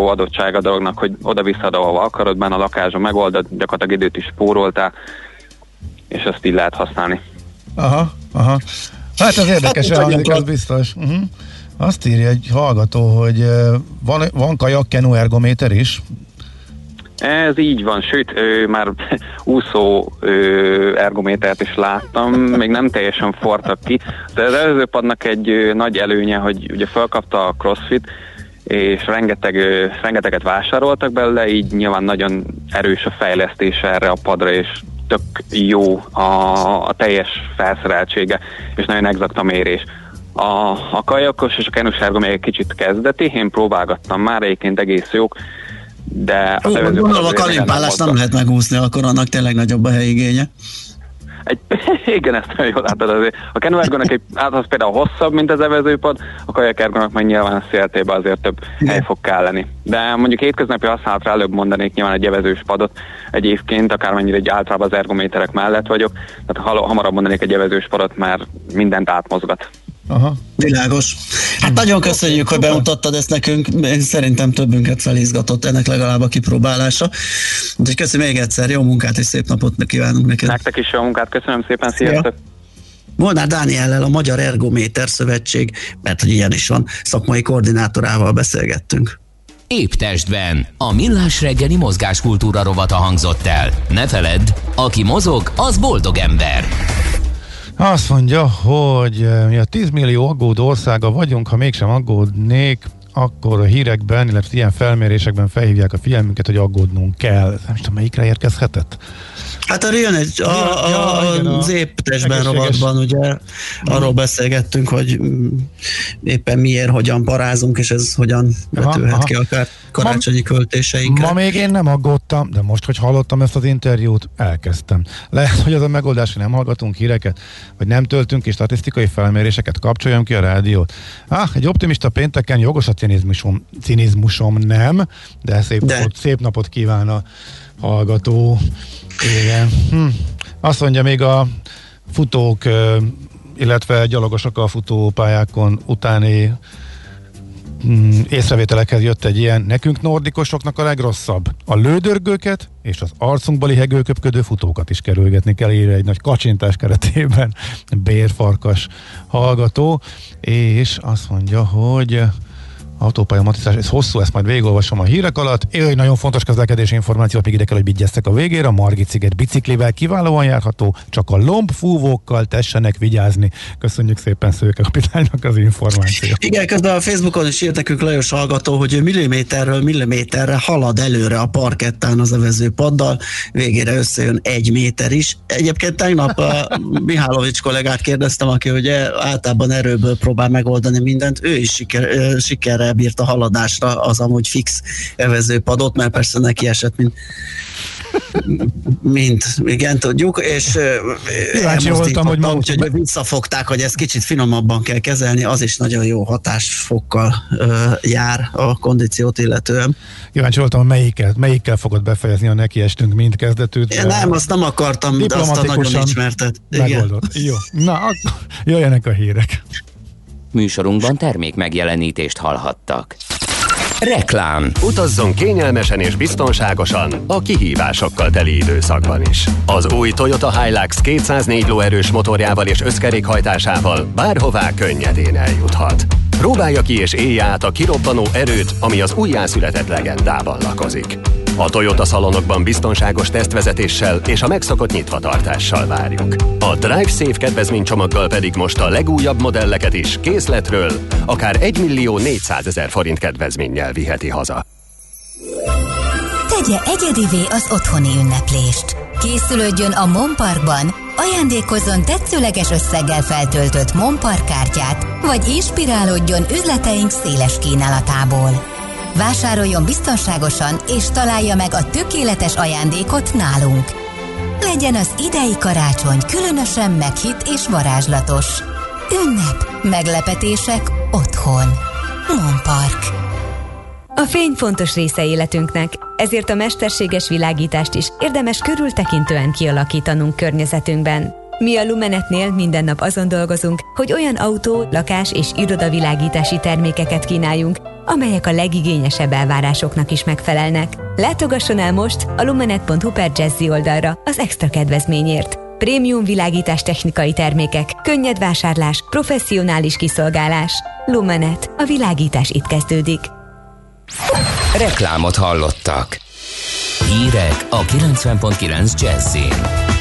utolsó adottság a dolognak, hogy oda-vissza, ahova akarod, benne a lakásban megoldod, gyakorlatilag időt is spóroltál, és ezt így lehet használni. Aha. Hát ez érdekes, az biztos. Azt írja egy hallgató, hogy van kajak-kenu ergométer is. Ez így van, sőt, már úszó ergométert is láttam, még nem teljesen fortak ki. De az előző padnak egy nagy előnye, hogy ugye felkapta a CrossFit, és rengeteget vásároltak belőle, így nyilván nagyon erős a fejlesztés erre a padra, és tök jó a teljes felszereltsége, és nagyon exakt a mérés. A kajakos és a kenus ergométer egy kicsit kezdeti, én próbálgattam már, egyébként egész jók, de gondolom a kalimpálást nem lehet megúszni, akkor annak tényleg nagyobb a helyigénye. Igen, ezt nagyon jól látod azért. A kenuergonak az például hosszabb, mint az evezőpad, a kajakergonak meg nyilván a széltében azért több hely fog kelleni. De mondjuk hétköznapi használatra előbb mondanék nyilván egy evezős padot egyébként, akármennyire egy általában az ergométerek mellett vagyok, tehát hamarabb mondanék egy evezős padot, mert mindent átmozgat. Aha. Világos. Hát nagyon köszönjük, hogy bemutattad ezt nekünk, szerintem többünket felizgatott ennek legalább a kipróbálása. Úgyhogy köszönöm még egyszer, jó munkát és szép napot kívánunk neked. Nektek is jó munkát, köszönöm szépen, sziasztok! Molnár Dániellel, a Magyar Ergométer Szövetség, mert hogy ilyen is van, szakmai koordinátorával beszélgettünk. Épp testben. A Millás reggeli mozgáskultúra rovata hangzott el. Ne feledd, aki mozog, az boldog ember. Azt mondja, hogy mi a 10 millió aggódó országa vagyunk, ha mégsem aggódnék, akkor a hírekben, illetve ilyen felmérésekben felhívják a figyelmünket, hogy aggódnunk kell. Nem tudom, melyikre érkezhetett? Hát jön az épp testben rovatban, ugye arról beszélgettünk, hogy éppen miért, hogyan parázunk, és ez hogyan vetülhet ki akár karácsonyi költéseinkre. Ma még én nem aggódtam, de most, hogy hallottam ezt az interjút, elkezdtem. Lehet, hogy az a megoldás, hogy nem hallgatunk híreket, vagy nem töltünk ki statisztikai felméréseket, kapcsoljam ki a rádiót. Egy optimista pénteken jogos a cinizmusom nem, de szép napot kíván a hallgató. Igen. Azt mondja, még a futók, illetve gyalogosok a futópályákon utáni észrevételekhez jött egy ilyen, nekünk nordikosoknak a legrosszabb. A lődörgőket és az arcunkba lihegő köpködő futókat is kerülgetni kell, írja egy nagy kacsintás keretében bérfarkas hallgató, és azt mondja, hogy autópálya matizás, ez hosszú, ezt majd végigolvasom a hírek alatt. Nagyon fontos közlekedési információ, pedig ide kell, hogy vigyeztek a végére. A Margit-sziget biciklivel kiválóan járható, csak a lombfúvókkal tessenek vigyázni. Köszönjük szépen Szőke kapitánynak az információt. Igen, közben a Facebookon is írt nekünk Lajos hallgató, hogy milliméterről milliméterre halad előre a parkettán az evezőpaddal, végére összejön 1 méter is. Egyébként tegnap a Mihálovics kollégát kérdeztem, aki ugye általában erőből próbál megoldani mindent, ő is sikerrel bírt a haladásra az amúgy fix evezőpadot, mert persze neki esett, mint igen, tudjuk, és elmozdítottam, úgyhogy visszafogták, hogy ezt kicsit finomabban kell kezelni, az is nagyon jó hatásfokkal jár a kondíciót illetően. Kíváncsi voltam, melyikkel fogod befejezni, a nekiestünk mind kezdetűt. Én nem, azt nem akartam, de azt a nagyon ismertet. Megoldott. Jó. Na, jöjjenek a hírek. Műsorunkban termék megjelenítést hallhattak. Reklám. Utazzon kényelmesen és biztonságosan a kihívásokkal teli időszakban is. Az új Toyota Hilux 204 lóerős motorjával és összkerékhajtásával bárhová könnyedén eljuthat. Próbálja ki és élje át a kirobbanó erőt, ami az újjászületett legendában lakozik. A Toyota szalonokban biztonságos tesztvezetéssel és a megszokott nyitvatartással várjuk. A Drive Safe kedvezménycsomaggal pedig most a legújabb modelleket is készletről akár 1.400.000 forint kedvezménnyel viheti haza. Tegye egyedivé az otthoni ünneplést. Készülődjön a Mon Parkban, ajándékozzon tetszőleges összeggel feltöltött Mon Park kártyát, vagy inspirálódjon üzleteink széles kínálatából. Vásároljon biztonságosan és találja meg a tökéletes ajándékot nálunk. Legyen az idei karácsony különösen meghitt és varázslatos. Ünnep, meglepetések otthon. Mon Park. A fény fontos része életünknek, ezért a mesterséges világítást is érdemes körültekintően kialakítanunk környezetünkben. Mi a Lumenetnél minden nap azon dolgozunk, hogy olyan autó, lakás és irodavilágítási termékeket kínáljunk, amelyek a legigényesebb elvárásoknak is megfelelnek. Látogasson el most a lumenet.hu/jazzy oldalra az extra kedvezményért. Prémium világítás technikai termékek, könnyed vásárlás, professzionális kiszolgálás. Lumenet. A világítás itt kezdődik. Reklámot hallottak. Hírek a 90.9 Jazzyn.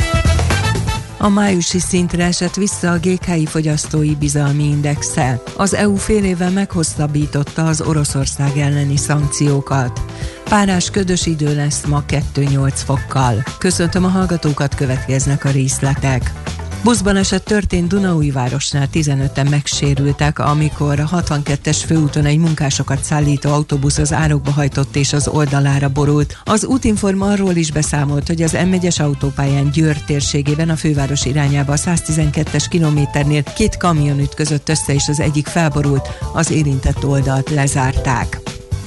A májusi szintre esett vissza a GKI fogyasztói bizalmi indexe. Az EU fél éve meghosszabbította az Oroszország elleni szankciókat. Párás ködös idő lesz ma 2-8 fokkal. Köszöntöm a hallgatókat, következnek a részletek. Buszbaleset történt Dunaújvárosnál, 15-en megsérültek, amikor a 62-es főúton egy munkásokat szállító autóbusz az árokba hajtott és az oldalára borult. Az Útinform arról is beszámolt, hogy az M1-es autópályán Győr térségében a főváros irányába a 112-es kilométernél 2 kamion ütközött össze, és az egyik felborult, az érintett oldalt lezárták.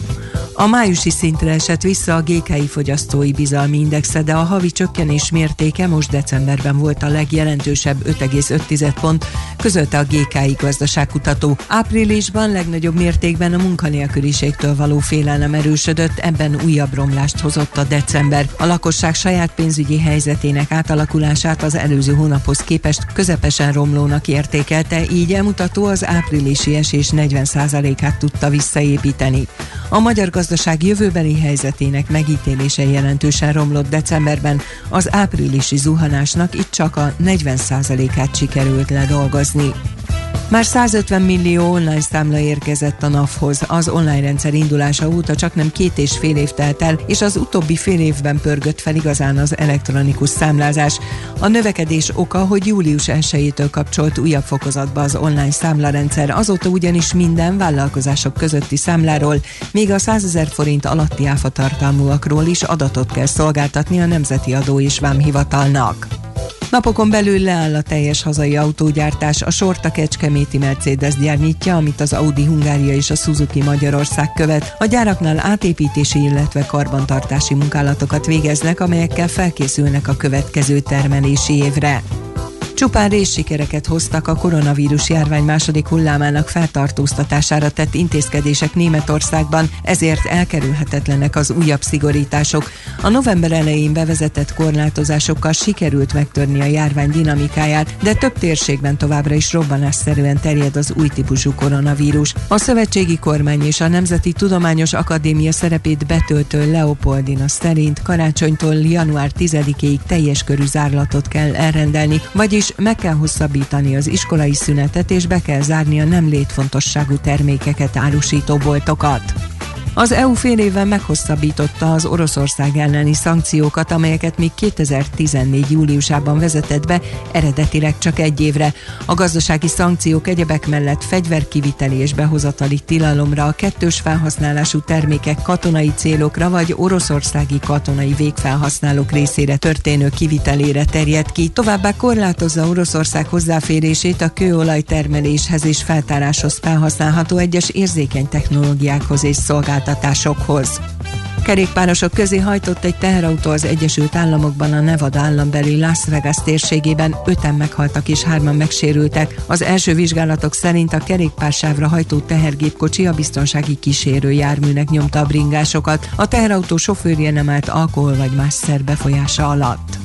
A májusi szintre esett vissza a GKI fogyasztói bizalmi indexe, de a havi csökkenés mértéke most decemberben volt a legjelentősebb, 5,5 pont, közölte a GKI gazdaságkutató. Áprilisban legnagyobb mértékben a munkanélküliségtől való félelem erősödött, ebben újabb romlást hozott a december. A lakosság saját pénzügyi helyzetének átalakulását az előző hónaphoz képest közepesen romlónak értékelte, így elmutató az áprilisi esés 40%-át tudta visszaépíteni. A magyar gazdaság jövőbeli helyzetének megítélése jelentősen romlott decemberben, az áprilisi zuhanásnak itt csak a 40%-át sikerült ledolgozni. Már 150 millió online számla érkezett a NAV-hoz. Az online rendszer indulása óta csaknem 2,5 év telt el, és az utóbbi fél évben pörgött fel igazán az elektronikus számlázás. A növekedés oka, hogy július 1-től kapcsolt újabb fokozatba az online számlarendszer, azóta ugyanis minden vállalkozások közötti számláról, még a 100 000 forint alatti áfatartalmúakról is adatot kell szolgáltatni a Nemzeti Adó és Vámhivatalnak. Napokon belül leáll a teljes hazai autógyártás, a sort a kecskeméti Mercedes gyár nyitja, amit az Audi Hungária és a Suzuki Magyarország követ. A gyáraknál átépítési, illetve karbantartási munkálatokat végeznek, amelyekkel felkészülnek a következő termelési évre. Csupán részsikereket hoztak a koronavírus járvány második hullámának feltartóztatására tett intézkedések Németországban, ezért elkerülhetetlenek az újabb szigorítások. A november elején bevezetett korlátozásokkal sikerült megtörni a járvány dinamikáját, de több térségben továbbra is robbanásszerűen terjed az új típusú koronavírus. A szövetségi kormány és a Nemzeti Tudományos Akadémia szerepét betöltő Leopoldina szerint karácsonytól január 10-ig teljes körű zárlatot kell elrendelni, vagyis meg kell hosszabbítani az iskolai szünetet, és be kell zárni a nem létfontosságú termékeket árusító boltokat. Az EU fél évvel meghosszabbította az Oroszország elleni szankciókat, amelyeket még 2014. júliusában vezetett be, eredetileg csak 1 évre. A gazdasági szankciók egyebek mellett fegyverkiviteli és behozatali tilalomra, a kettős felhasználású termékek katonai célokra vagy oroszországi katonai végfelhasználók részére történő kivitelére terjed ki. Továbbá korlátozza Oroszország hozzáférését a kőolajtermeléshez és feltáráshoz felhasználható egyes érzékeny technológiákhoz és szolgáltatásokhoz. Kerékpárosok közé hajtott egy teherautó az Egyesült Államokban, a Nevada állambeli Las Vegas térségében, 5-en meghaltak és 3-an megsérültek. Az első vizsgálatok szerint a kerékpársávra hajtó tehergépkocsi a biztonsági kísérő járműnek nyomta a bringásokat. A teherautó sofőrje nem állt alkohol vagy más szer befolyása alatt.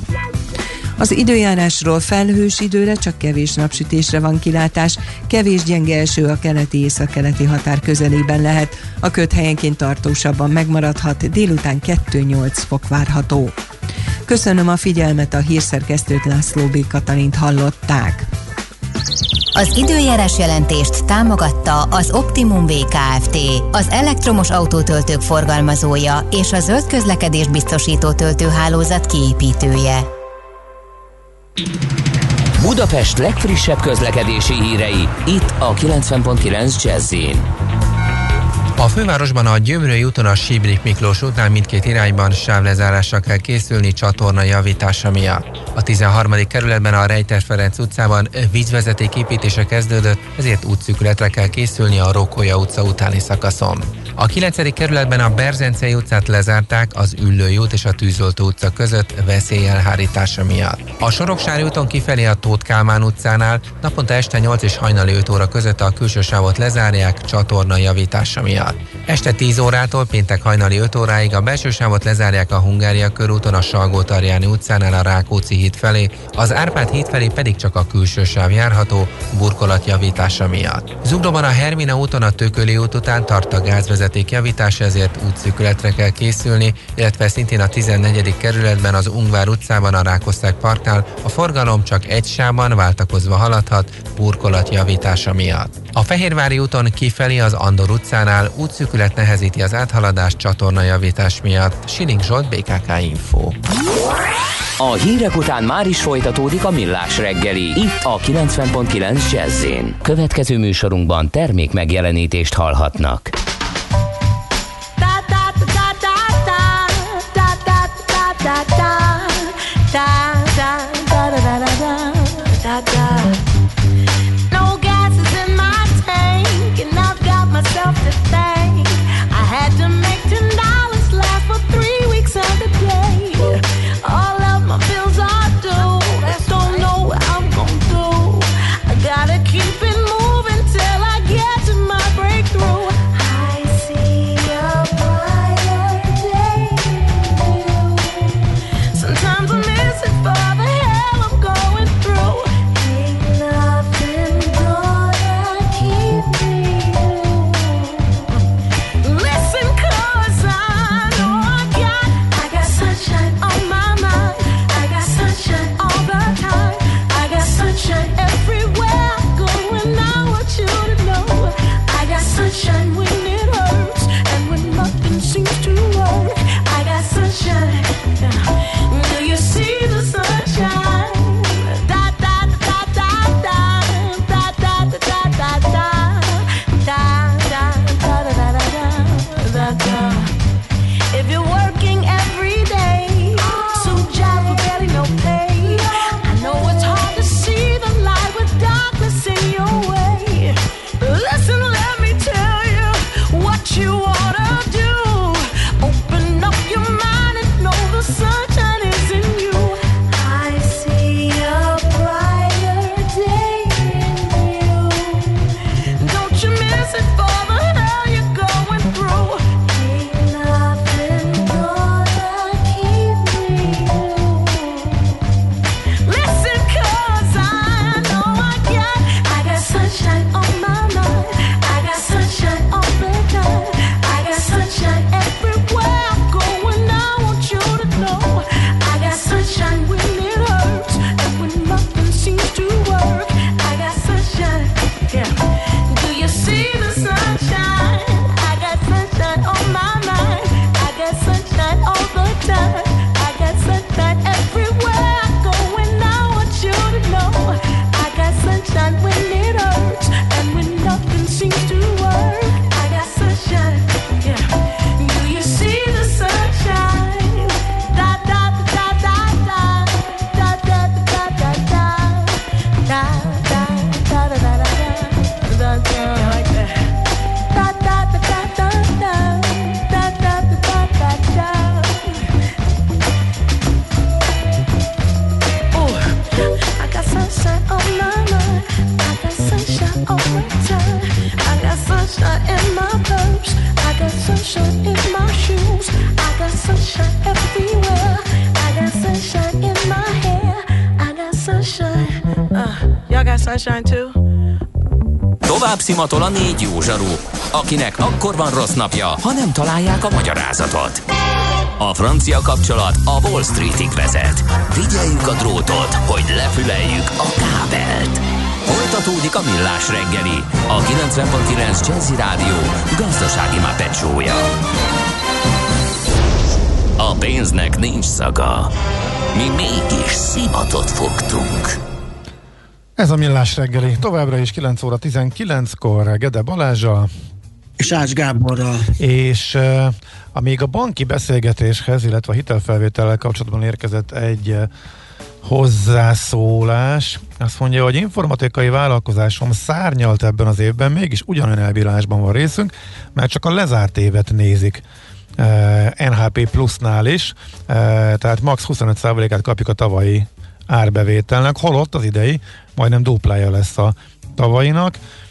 Az időjárásról: felhős időre, csak kevés napsütésre van kilátás, kevés gyenge eső a keleti-északkeleti határ közelében lehet, a köd helyenként tartósabban megmaradhat, délután 2-8 fok várható. Köszönöm a figyelmet, a hírszerkesztőt, László B. Katalint hallották. Az időjárás jelentést támogatta az Optimum Kft., az elektromos autótöltők forgalmazója és a zöld közlekedés biztosító töltőhálózat kiépítője. Budapest legfrissebb közlekedési hírei, itt a 90.9 Jazzyn. A fővárosban a Gyömrői úton a Síbrik Miklós útnál mindkét irányban sávlezárásra kell készülni csatorna javítása miatt. A 13. kerületben a Rejter Ferenc utcában vízvezeték építése kezdődött, ezért útszűkületre kell készülni a Rókólya utca utáni szakaszon. A 9. kerületben a Berzencei utcát lezárták az Üllői út és a Tűzoltó utca között veszély elhárítása miatt. A Soroksári úton kifelé a Tóth Kálmán utcánál naponta este 8 és hajnali 5 óra között a külső sávot lezárják csatorna javítása miatt. miatt. Este 10 órától péntek hajnali 5 óráig a belső sávot lezárják a Hungária körúton a Salgó-Tarjáni utcánál a Rákóczi híd felé, az Árpád híd felé pedig csak a külső sáv járható burkolat javítása miatt. Zuglóban a Hermina úton a Tököli út után tart a gázvezeték javítása, ezért útszűkületre kell készülni, illetve szintén a 14. kerületben az Ungvár utcában a Rákóczeg parknál a forgalom csak egy sávban váltakozva haladhat burkolat javítása miatt. A Fehérvári úton kifelé az Andor utcánál útszűkület nehezíti az áthaladást csatornajavítás miatt. Siling Zsolt, BKK Info. A hírek után már is folytatódik a Millás reggeli, itt a 90.9 Jazz-én. Következő műsorunkban termék megjelenítést hallhatnak. No gas is in my tank and I've got myself to thank. I had to make $10 last for 3 weeks of the day. All of my bills are due. Don't know what I'm gonna do. I gotta keep it moving till I get to my breakthrough. I see a brighter day in you. Sometimes I miss it for the hell I'm going through. Ain't nothing gonna keep me new. Listen, 'cause I know I got sunshine on my mind. I got sunshine all the time. I got sunshine everywhere I go, and I want you to know I got sunshine when it hurts and when nothing seems to work. I got sunshine. Do you see the sunshine? Da da da da da da da da da da da da da da da da da. If you're working every day, some job for getting no pay. I know it's hard to see the light with darkness in your way. Listen, let me tell you what you ought to do. Open up your mind and know the sunshine is in you. I see a brighter day in you. Don't you miss it for the hell you're going through. Ain't nothing gonna keep me new. Listen, 'cause I know I got sunshine on my mind. I got sunshine all the time. I got sunshine everywhere I go, and I want you to know I got sunshine when it hurts and when nothing seems to work. I got sunshine, yeah. Do you see the sunshine? I got sunshine on my mind. I got sunshine all the time. I got sunshine everywhere I go, and I want you to know I got sunshine when it hurts and when nothing seems to work. I got sunshine, yeah. Do you see the sunshine? Da da da da da da da da da da da da da da da da da. Like that. Da da da da da da da da da da da. Oh, I got sunshine on my mind. I got sunshine all the time. I got sunshine in my purse. I got sunshine in my shoes. I got sunshine everywhere. I got sunshine in my hair. I got sunshine. Y'all got sunshine too? Tovább szimatol a 4 jó zsaru, akinek akkor van rossz napja, ha nem találják a magyarázatot. A francia kapcsolat a Wall Streetig vezet. Figyeljük a drótot, hogy lefüleljük a kábelt. Folytatódik a Millás reggeli, a 90.9 Jazzy Rádió gazdasági Muppet show-ja. A pénznek nincs szaga. Mi mégis szimatot fogtunk. Ez a Millás reggeli. Továbbra is 9 óra 19-kor Gede Balázsal és Ács Gáborral. És amíg a banki beszélgetéshez, illetve a hitelfelvétellel kapcsolatban érkezett egy hozzászólás, azt mondja, hogy informatikai vállalkozásom szárnyalt ebben az évben, mégis ugyanolyan elbírálásban van részünk, mert csak a lezárt évet nézik. NHP Plusnál is, tehát max 25%-át kapjuk a tavalyi árbevételnek, holott az idei majdnem duplája lesz a tavalyinak.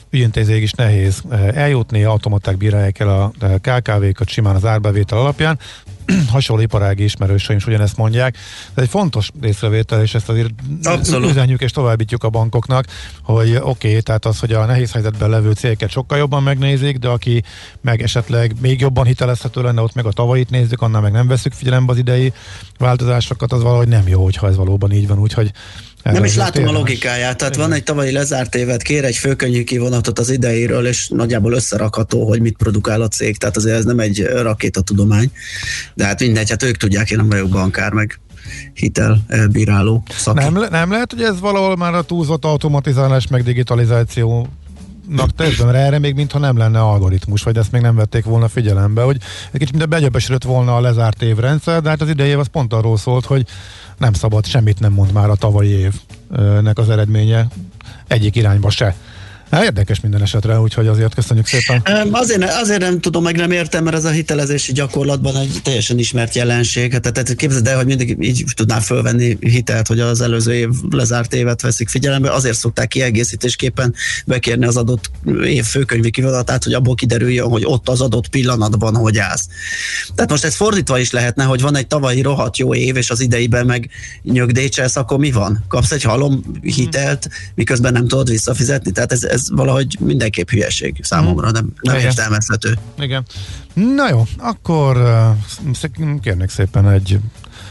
ügyintézőig is nehéz eljutni, automaták bírálják el a KKV-kat simán az árbevétel alapján. Hasonló iparági ismerőseim is ugyanezt mondják. Ez egy fontos észrevétel, és ezt azért üzenjük és továbbítjuk a bankoknak, hogy oké, tehát az, hogy a nehéz helyzetben levő cégeket sokkal jobban megnézik, de aki meg esetleg még jobban hitelezhető lenne, ott meg a tavait nézzük, annál meg nem veszük figyelembe az idei változásokat, az valahogy nem jó, hogyha ez valóban így van, úgyhogy nem is látom a logikáját, tehát van egy tavalyi lezárt évet, kér egy főkönnyű kivonatot az ideiről, és nagyjából összerakható, hogy mit produkál a cég, tehát azért ez nem egy rakétatudomány, de hát mindegy, hát ők tudják, én nem vagyok bankár, meg hitelbíráló szaki. Nem lehet, hogy ez valahol már a túlzott automatizálás, meg digitalizáció teszem, mert erre még mintha nem lenne algoritmus, vagy ezt még nem vették volna figyelembe, hogy egy kicsit mint begyebbesülött volna a lezárt évrendszer, de hát az idei év az pont arról szólt, hogy nem szabad, semmit nem mond már a tavalyi évnek az eredménye egyik irányba se. Hát érdekes minden esetre, úgyhogy azért köszönjük szépen. Azért nem tudom, meg nem értem, mert ez a hitelezési gyakorlatban egy teljesen ismert jelenség. Tehát képzeld el, hogy mindig így tudná fölvenni hitelt, hogy az előző év lezárt évet veszik figyelembe. Azért szokták kiegészítésképpen bekérni az adott év főkönyvi kivonatát, hogy abból kiderüljön, hogy ott az adott pillanatban hogy állsz. Tehát most ez fordítva is lehetne, hogy van egy tavalyi rohadt jó év, és az ideiben meg nyögdécselsz, akkor mi van? Kapsz egy halom hitelt, miközben nem tudod visszafizetni? Tehát ez valahogy mindenképp hülyeség számomra, nem értelmezhető. Igen. Na jó, akkor kérnék szépen egy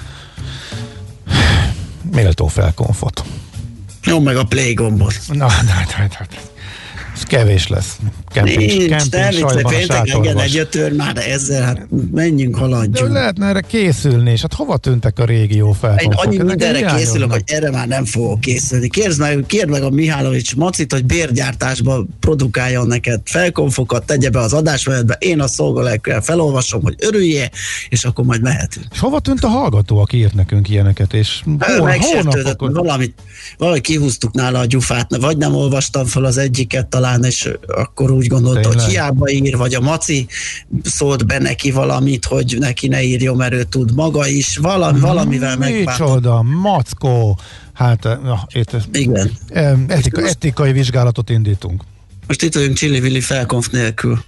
méltó felkonfot. Jó, meg a play gombot. Na, ez kevés lesz. Kemping sajban a sátorban. Egy ötör már ezzel, hát menjünk, haladjunk. De lehetne erre készülni, és hát hova tűntek a régió felkonfok? Én annyi mindenre készülök, hogy erre már nem fogok készülni. Kérd meg a Mihálovics Macit, hogy bérgyártásba produkáljon neked felkonfokat, tegye be az adásmenetbe, én a szolgálókkel felolvasom, hogy örülje, és akkor majd mehetünk. És hova tűnt a hallgató, aki írt nekünk ilyeneket? És megsértődött, valahogy kihúztuk nála a gyufát, vagy nem olvastam fel az egyiket talán, és akkor úgy gondolta, hogy hiába ír, vagy a Maci szólt be neki valamit, hogy neki ne írjon, mert ő tud maga is, valamivel megbántott. Micsoda, Mackó! Hát, igen. Etikai vizsgálatot indítunk. Most itt vagyunk Csili-Villi felkonf nélkül.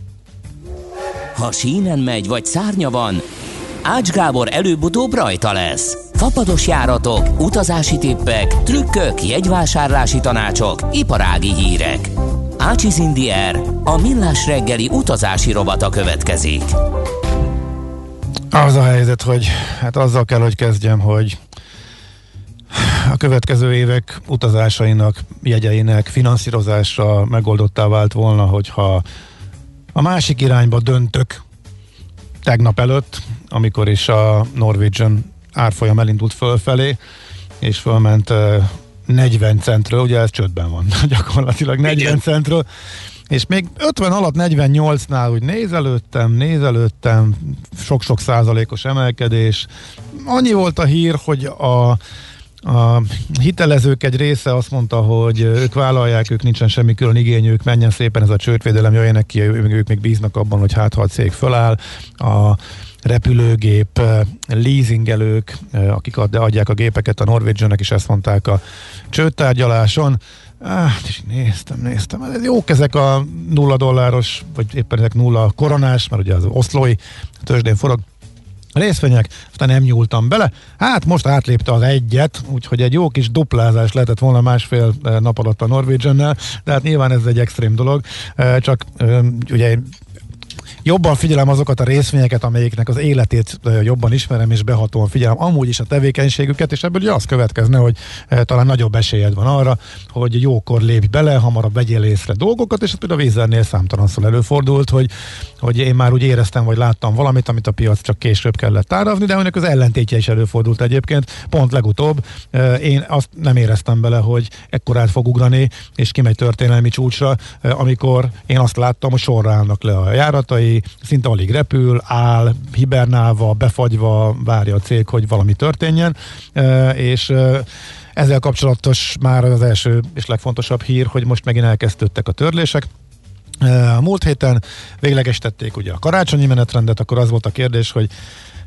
Ha sínen megy, vagy szárnya van, Ács Gábor előbb-utóbb rajta lesz. Fapados járatok, utazási tippek, trükkök, jegyvásárlási tanácsok, iparági hírek. Ácsiz in the Air, a millás reggeli utazási rovata következik. Az a helyzet, hogy hát azzal kell, hogy kezdjem, hogy a következő évek utazásainak, jegyeinek finanszírozása megoldottá vált volna, hogyha a másik irányba döntök tegnap előtt, amikor is a Norwegian árfolyam elindult fölfelé, és fölment 40 centről, ugye ez csődben van gyakorlatilag 40 centről, és még 50 alatt 48-nál úgy nézelődtem, sok-sok százalékos emelkedés. Annyi volt a hír, hogy a hitelezők egy része azt mondta, hogy ők vállalják, ők nincsen semmi külön igényük, menjen szépen ez a csődvédelem, jöjjenek ki, ők még bíznak abban, hogy hát ha a cég föláll. A repülőgép leasingelők, akik adják a gépeket a Norwegiannek, is ezt mondták a csődtárgyaláson. És néztem. Ez jók ezek a $0, vagy éppen ezek 0 koronás, mert ugye az oszlói tőzsdén forog részvények, aztán nem nyúltam bele. Hát most átlépte az egyet, úgyhogy egy jó kis duplázás lehetett volna másfél nap alatt a Norwegiannel, de hát nyilván ez egy extrém dolog, csak ugye jobban figyelem azokat a részvényeket, amelyiknek az életét jobban ismerem, és behatóan figyelem amúgy is a tevékenységüket, és ebből ugye az következne, hogy talán nagyobb esélyed van arra, hogy jókor lépj bele, hamarabb vegyél észre dolgokat, és ez például a Vízernél számtalanszor előfordult, hogy én már úgy éreztem, vagy láttam valamit, amit a piac csak később kellett tárazni, de ennek az ellentétje is előfordult egyébként. Pont legutóbb én azt nem éreztem bele, hogy ekkorát fog ugrani, és kimegy történelmi csúcsra, amikor én azt láttam, hogy sorra állnak le a járatai, szinte alig repül, áll, hibernálva, befagyva, várja a cég, hogy valami történjen, és ezzel kapcsolatos már az első és legfontosabb hír, hogy most megint elkezdődtek a törlések. A múlt héten véglegesítették ugye a karácsonyi menetrendet, akkor az volt a kérdés, hogy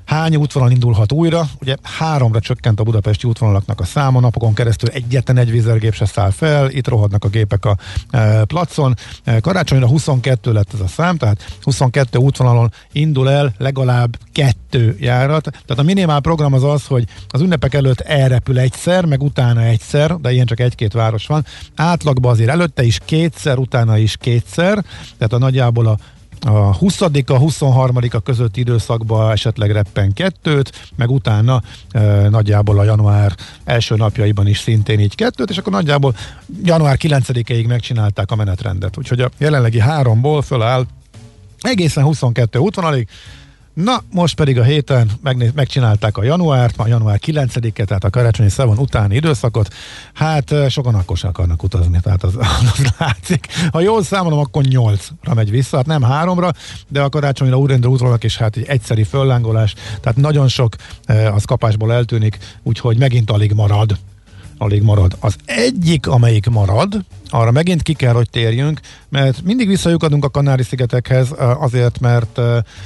hány útvonal indulhat újra. Ugye 3-ra csökkent a budapesti útvonalaknak a száma, napokon keresztül egyetlen egy vízergép se száll fel, itt rohadnak a gépek a placon. Karácsonyra 22 lett ez a szám, tehát 22 útvonalon indul el legalább 2 járat. Tehát a minimál program az az, hogy az ünnepek előtt elrepül egyszer, meg utána egyszer, de ilyen csak 1-2 város van. Átlagban azért előtte is 2-szer, utána is 2-szer, tehát a nagyjából a 20-a, 23-a közötti időszakban esetleg reppen 2-t, meg utána nagyjából a január első napjaiban is szintén így 2-t, és akkor nagyjából január 9-ig megcsinálták a menetrendet. Úgyhogy a jelenlegi 3-ból föláll egészen 22 útvonalig. Na, most pedig a héten megcsinálták a januárt, a január 9-e, tehát a karácsonyi szezon utáni időszakot. Hát sokan akkor sem akarnak utazni, tehát az látszik. Ha jól számolom, akkor 8-ra megy vissza, hát nem 3-ra, de a karácsonyra újraindul útvonalak, és hát egy egyszeri föllángolás, tehát nagyon sok az kapásból eltűnik, úgyhogy megint alig marad. Az egyik, amelyik marad, arra megint ki kell, hogy térjünk, mert mindig visszajukadunk a Kanári-szigetekhez azért, mert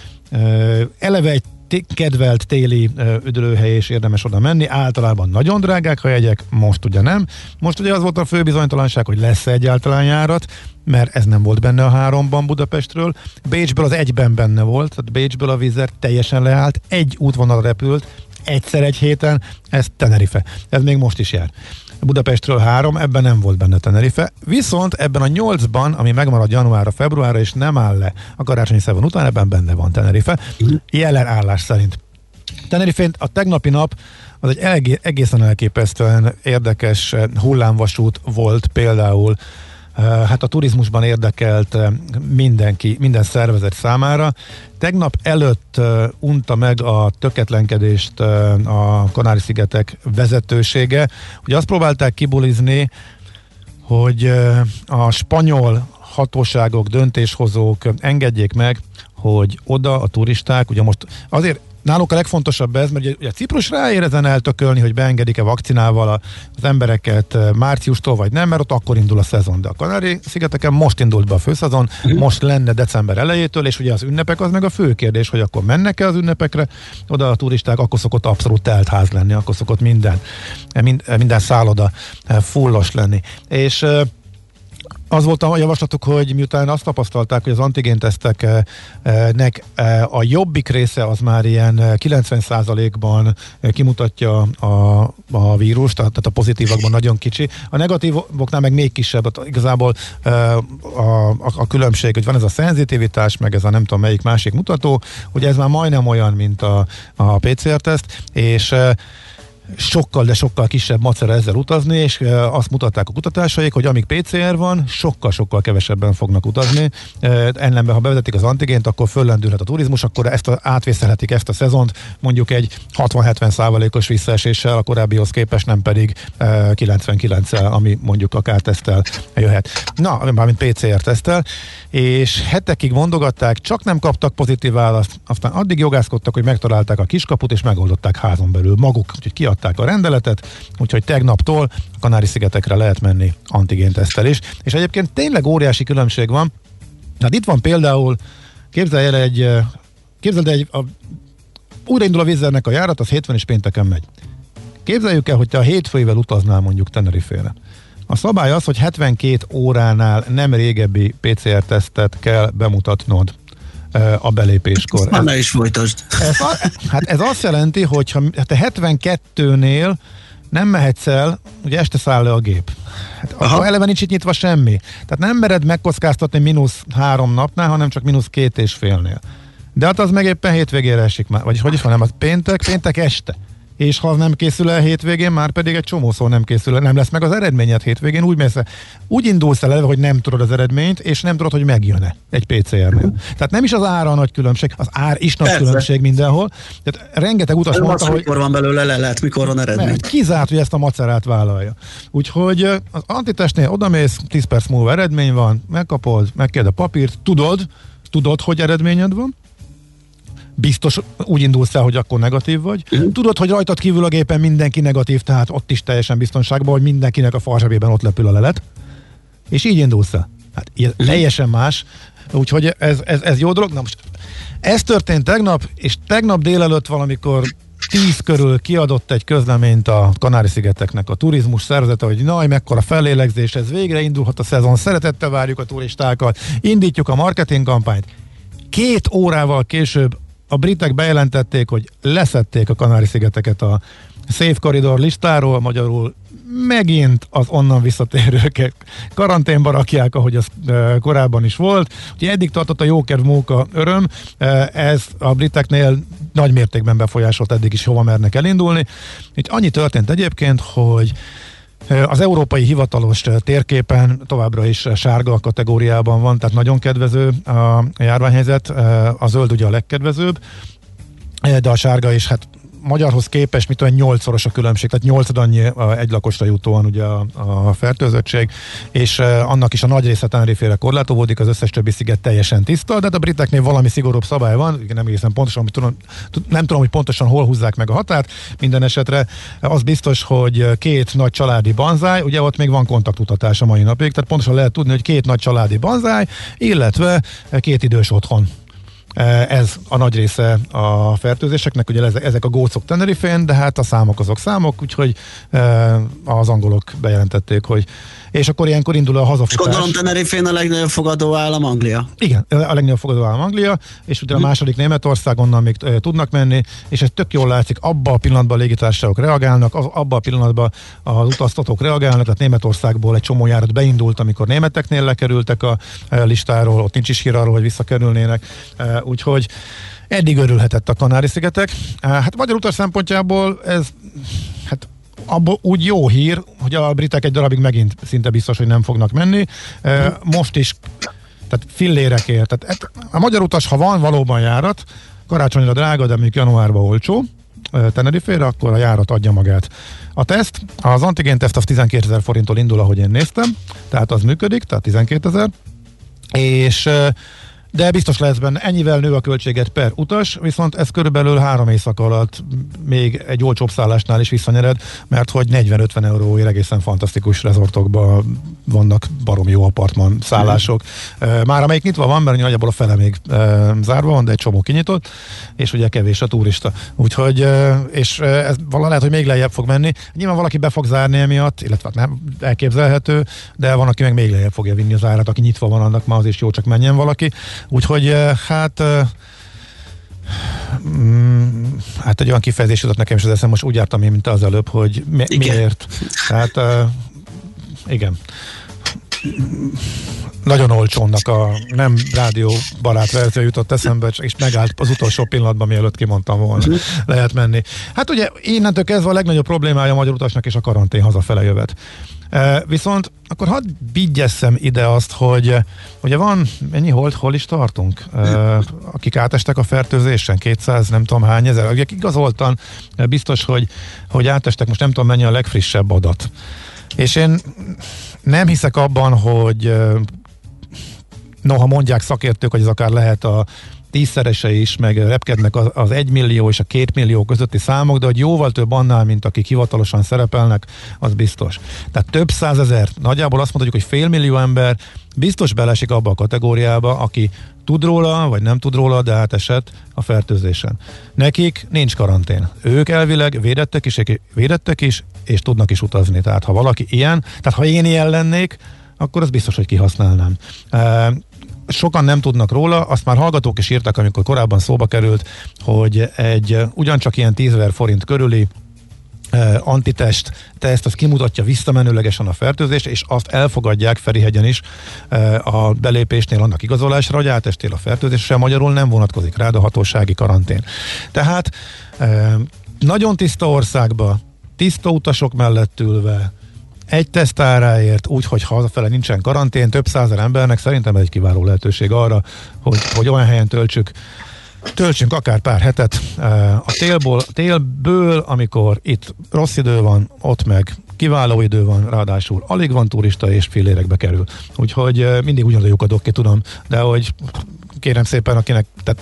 eleve egy kedvelt téli üdülőhely, és érdemes oda menni. Általában nagyon drágák a jegyek, most ugye nem. Most ugye az volt a fő bizonytalanság, hogy lesz egyáltalán járat, mert ez nem volt benne a 3-ban Budapestről. Bécsből az 1-ben benne volt, tehát Bécsből a Wizz Air teljesen leállt, egy útvonal repült, egyszer egy héten, ez Tenerife. Ez még most is jár. Budapestről 3, ebben nem volt benne Tenerife, viszont ebben a 8-ban, ami megmarad januárra, februárra, és nem áll le a karácsonyi szezon után, ebben benne van Tenerife, jelen állás szerint. Tenerife a tegnapi nap az egy egészen elképesztően érdekes hullámvasút volt például, hát a turizmusban érdekelt mindenki, minden szervezet számára. Tegnap előtt unta meg a töketlenkedést a Kanári-szigetek vezetősége. Ugye azt próbálták kibulizni, hogy a spanyol hatóságok, döntéshozók engedjék meg, hogy oda a turisták, ugye most azért náluk a legfontosabb ez, mert ugye Ciprus ráér ezen eltökölni, hogy beengedik-e vakcinával az embereket márciustól, vagy nem, mert ott akkor indul a szezon. De a Kanári-szigeteken most indult be a főszezon, most lenne december elejétől, és ugye az ünnepek az meg a fő kérdés, hogy akkor mennek-e az ünnepekre, oda a turisták, akkor szokott abszolút telt ház lenni, akkor szokott minden szálloda fullos lenni. És az volt a javaslatuk, hogy miután azt tapasztalták, hogy az antigénteszteknek a jobbik része az már ilyen 90%-ban kimutatja a vírust, tehát a pozitívakban nagyon kicsi. A negatívoknál meg még kisebb, igazából a különbség, hogy van ez a szenzitivitás, meg ez a nem tudom melyik másik mutató, hogy ez már majdnem olyan, mint a PCR-teszt, és sokkal, de sokkal kisebb macera ezzel utazni, és azt mutatták a kutatásaik, hogy amíg PCR van, sokkal-sokkal kevesebben fognak utazni. Ellenben, ha bevezetik az antigént, akkor föllendülhet a turizmus, akkor átvészelhetik ezt a szezont, mondjuk egy 60-70%-os visszaeséssel a korábbihoz képest, nem pedig 99-el, ami mondjuk akár tesztel jöhet. Na, mármint PCR-tesztel, és hetekig mondogatták, csak nem kaptak pozitív választ, aztán addig jogászkodtak, hogy megtalálták a kiskaput, és megoldották házon belül maguk, úgyhogy kiadták a rendeletet, úgyhogy tegnaptól a Kanári-szigetekre lehet menni antigénteszttel is. És egyébként tényleg óriási különbség van. Hát itt van például, képzeld el újraindul a Wizz Airnek a járat, az hétfőn és pénteken megy. Képzeljük el, hogy te a hétfőivel utaznál mondjuk Tenerife-re. A szabály az, hogy 72 óránál nem régebbi PCR-tesztet kell bemutatnod a belépéskor. Már ne is folytasd. Ez azt jelenti, hogy ha te 72-nél nem mehetsz el, ugye este száll le a gép. Hát akkor eleve nincs itt nyitva semmi. Tehát nem mered megkockáztatni -3 napnál, hanem csak -2,5-nél. De hát az meg éppen hétvégére esik már. Vagyis hogy is van, nem, az péntek este. És ha nem készül el hétvégén, már pedig egy csomószor nem készül el, nem lesz meg az eredményed hétvégén, úgy indulsz el eleve, hogy nem tudod az eredményt, és nem tudod, hogy megjön-e egy PCR-nél. Tehát nem is az ára a nagy különbség, az ár is nagy különbség mindenhol. Tehát rengeteg utas mondta, hogy mikor van belőle lehet, mikor van eredmény. Kizárt, hogy ezt a macerát vállalja. Úgyhogy az antitestnél odamész, 10 perc múlva eredmény van, megkapod, megkérdez a papírt, tudod, hogy eredményed van, biztos úgy indulsz el, hogy akkor negatív vagy. Tudod, hogy rajtad kívül a gépen mindenki negatív, tehát ott is teljesen biztonságban, hogy mindenkinek a farzsebében ott lepül a lelet. És így indulsz el. Hát teljesen más, Úgyhogy ez jó dolog. Na most ez történt tegnap, és tegnap délelőtt valamikor 10 körül kiadott egy közleményt a Kanári-szigeteknek a turizmus szervezete, hogy mekkora fellélegzés, ez végre indulhat a szezon, szeretettel várjuk a turistákat, indítjuk a marketing kampányt. 2 órával később a britek bejelentették, hogy leszették a Kanári-szigeteket a Safe Corridor listáról, magyarul megint az onnan visszatérőket karanténba rakják, ahogy az korábban is volt. Úgyhogy eddig tartott a jókedv móka öröm, ez a briteknél nagy mértékben befolyásolt eddig is, hova mernek elindulni. Itt annyi történt egyébként, hogy az európai hivatalos térképen továbbra is sárga kategóriában van, tehát nagyon kedvező a járványhelyzet, a zöld ugye a legkedvezőbb, de a sárga is hát magyarhoz képest, mit olyan 8-szoros a különbség, tehát 8-ad annyi egy lakosra jutóan ugye a fertőzöttség, és annak is a nagy része Tenerife-re korlátozódik, az összes többi sziget teljesen tiszta, de a briteknél valami szigorúbb szabály van, nem egészen pontosan, nem tudom, hogy pontosan hol húzzák meg a határt, minden esetre az biztos, hogy 2 nagy családi banzáj, ugye ott még van kontaktutatás a mai napig, tehát pontosan lehet tudni, hogy 2 nagy családi banzáj, illetve 2 idős otthon. Ez a nagy része a fertőzéseknek, ugye ezek a gócok Tenerife-n, de hát a számok azok számok, úgyhogy az angolok bejelentették, hogy és akkor ilyenkor indul a hazafutás. És gondolom Tenerife-n a legnagyobb fogadó állam Anglia. Igen, a legnagyobb fogadó állam Anglia, és ugye a második Németország, onnan még tudnak menni, és ez tök jól látszik, abban a pillanatban a légitársaságok reagálnak, abban a pillanatban az utaztatók reagálnak, tehát Németországból egy csomó járat beindult, amikor németeknél lekerültek a listáról, ott nincs is hír arról, hogy visszakerülnének, úgyhogy eddig örülhetett a Kanári-szigetek. Hát magyar utas szempontjából ez hát abból úgy jó hír, hogy a britek egy darabig megint szinte biztos, hogy nem fognak menni. Most is, tehát fillérekért. Tehát a magyar utas, ha van valóban járat, karácsonyra drága, de mondjuk januárban olcsó, Tenerife-re, akkor a járat adja magát. A teszt, az antigén teszt az 12 000 forinttól indul, ahogy én néztem, tehát az működik, tehát 12 000, és de biztos lesz benne, ennyivel nő a költséget per utas, viszont ez körülbelül 3 éjszaka alatt még egy olcsóbb szállásnál is visszanyered, mert hogy 40-50 euróért egészen fantasztikus rezortokban vannak baromi jó apartman szállások. Már amelyik nyitva van, mert nagyjából a fele még zárva van, de egy csomó kinyitott, és ugye kevés a turista. Úgyhogy, és ez lehet, hogy még lejjebb fog menni. Nyilván valaki be fog zárni emiatt, illetve nem elképzelhető, de van, aki meg még lejjebb fogja vinni az árat, aki nyitva van, annak már az is jó, csak menjen valaki. Úgyhogy hát egy olyan kifejezés jutott nekem is az eszem, most úgy jártam én, mint az előbb, hogy miért. Tehát igen. Nagyon olcsónak a nem rádióbarát verzió jutott eszembe, és megállt az utolsó pillanatban, mielőtt kimondtam volna. Lehet menni. Hát ugye innentől kezdve a legnagyobb problémája a magyar utasnak és a karantén hazafele jövet. Viszont akkor hadd vigyesszem ide azt, hogy ugye van, hol is tartunk? Akik átestek a fertőzésen, 200 nem tudom hány ezer, akik igazoltan biztos, hogy átestek, most nem tudom mennyi a legfrissebb adat. És én nem hiszek abban, hogy noha mondják szakértők, hogy ez akár lehet a 10-szerese is, meg repkednek az 1 millió és a 2 millió közötti számok, de hogy jóval több annál, mint akik hivatalosan szerepelnek, az biztos. Tehát több százezer, nagyjából azt mondhatjuk, hogy 500 000 ember biztos belesik abba a kategóriába, aki tud róla, vagy nem tud róla, de átesett a fertőzésen. Nekik nincs karantén. Ők elvileg védettek is, és tudnak is utazni. Tehát ha valaki ilyen, tehát ha én ilyen lennék, akkor az biztos, hogy kihasználnám. Sokan nem tudnak róla, azt már hallgatók is írtak, amikor korábban szóba került, hogy egy ugyancsak ilyen 10 000 forint körüli antitest teszt, az kimutatja visszamenőlegesen a fertőzést, és azt elfogadják Ferihegyen is a belépésnél annak igazolásra, hogy átestél a fertőzésre, magyarul nem vonatkozik rád a hatósági karantén. Tehát nagyon tiszta országba, tiszta utasok mellett ülve, egy teszt áráért, úgyhogy hazafele nincsen karantén, több százezer embernek szerintem egy kiváló lehetőség arra, hogy olyan helyen töltsünk akár pár hetet a télből, amikor itt rossz idő van, ott meg kiváló idő van, ráadásul alig van turista, és fillérekbe kerül. Úgyhogy mindig ugyanolyan lyukat adok ki, tudom, de hogy kérem szépen, akinek, tehát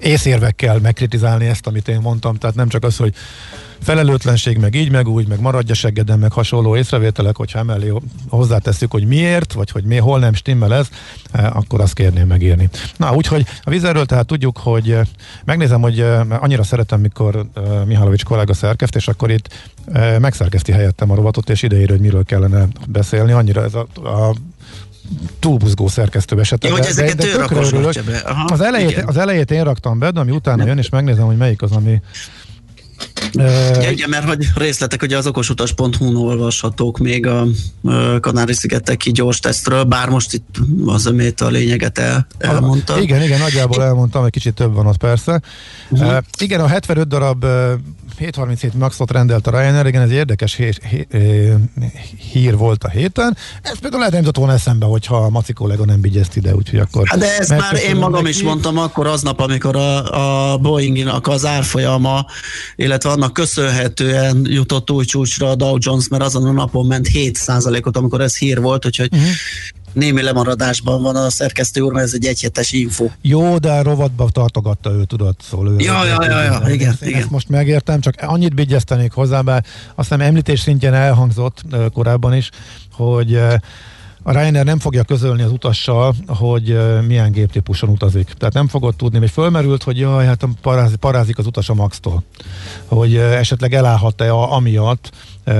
észérvekkel megkritizálni ezt, amit én mondtam, tehát nem csak az, hogy felelőtlenség, meg így, meg úgy, meg maradja seggeden, meg hasonló észrevételek, hogyha emellé hozzátesszük, hogy miért, vagy hogy hol nem stimmel ez, akkor azt kérném megírni. Na, úgyhogy a Vizerről tehát tudjuk, hogy megnézem, hogy annyira szeretem, mikor Mihálovics kollega szerkeszt, és akkor itt megszerkeszti helyettem a rovatot, és ideírja, hogy miről kellene beszélni. Annyira ez a túlbuzgó szerkesztő esetben. Jó, hogy ezeket ő rakosgatja be. Az elejét én raktam be, de ami utána jön, és megnézem, hogy melyik az, ami ugye, mert hogy részletek ugye az okosutas.hu-n olvashatók még a Kanári-szigeteki gyors tesztről, bár most itt az ömét a lényeget elmondta. Igen, nagyjából elmondtam, egy kicsit több van ott persze. Igen, a 75 darab 737 Maxot rendelt a Ryanair, igen, ez egy érdekes hír volt a héten. Ez például lehet nem jutott volna eszembe, hogyha a Maci kollega nem vigyezt ide, úgyhogy akkor... Hát de ezt már én magam is mondtam akkor aznap, amikor a Boeing-nak az árfolyama, illetve annak köszönhetően jutott új csúcsra a Dow Jones, mert azon a napon ment 7%-ot, amikor ez hír volt, úgyhogy némi lemaradásban van a szerkesztő úr, mert ez egy egyhetes info. Jó, de a rovatba tartogatta ő, tudod, szóval ő. Igen. Ezt most megértem, csak annyit bigyeztenék hozzá, bár azt hiszem említés szintjén elhangzott korábban is, hogy a Ryanair nem fogja közölni az utassal, hogy milyen géptípuson utazik. Tehát nem fogod tudni, vagy fölmerült, hogy jaj, hát parázik az utas a Max-tól. Hogy esetleg elállhat-e amiatt,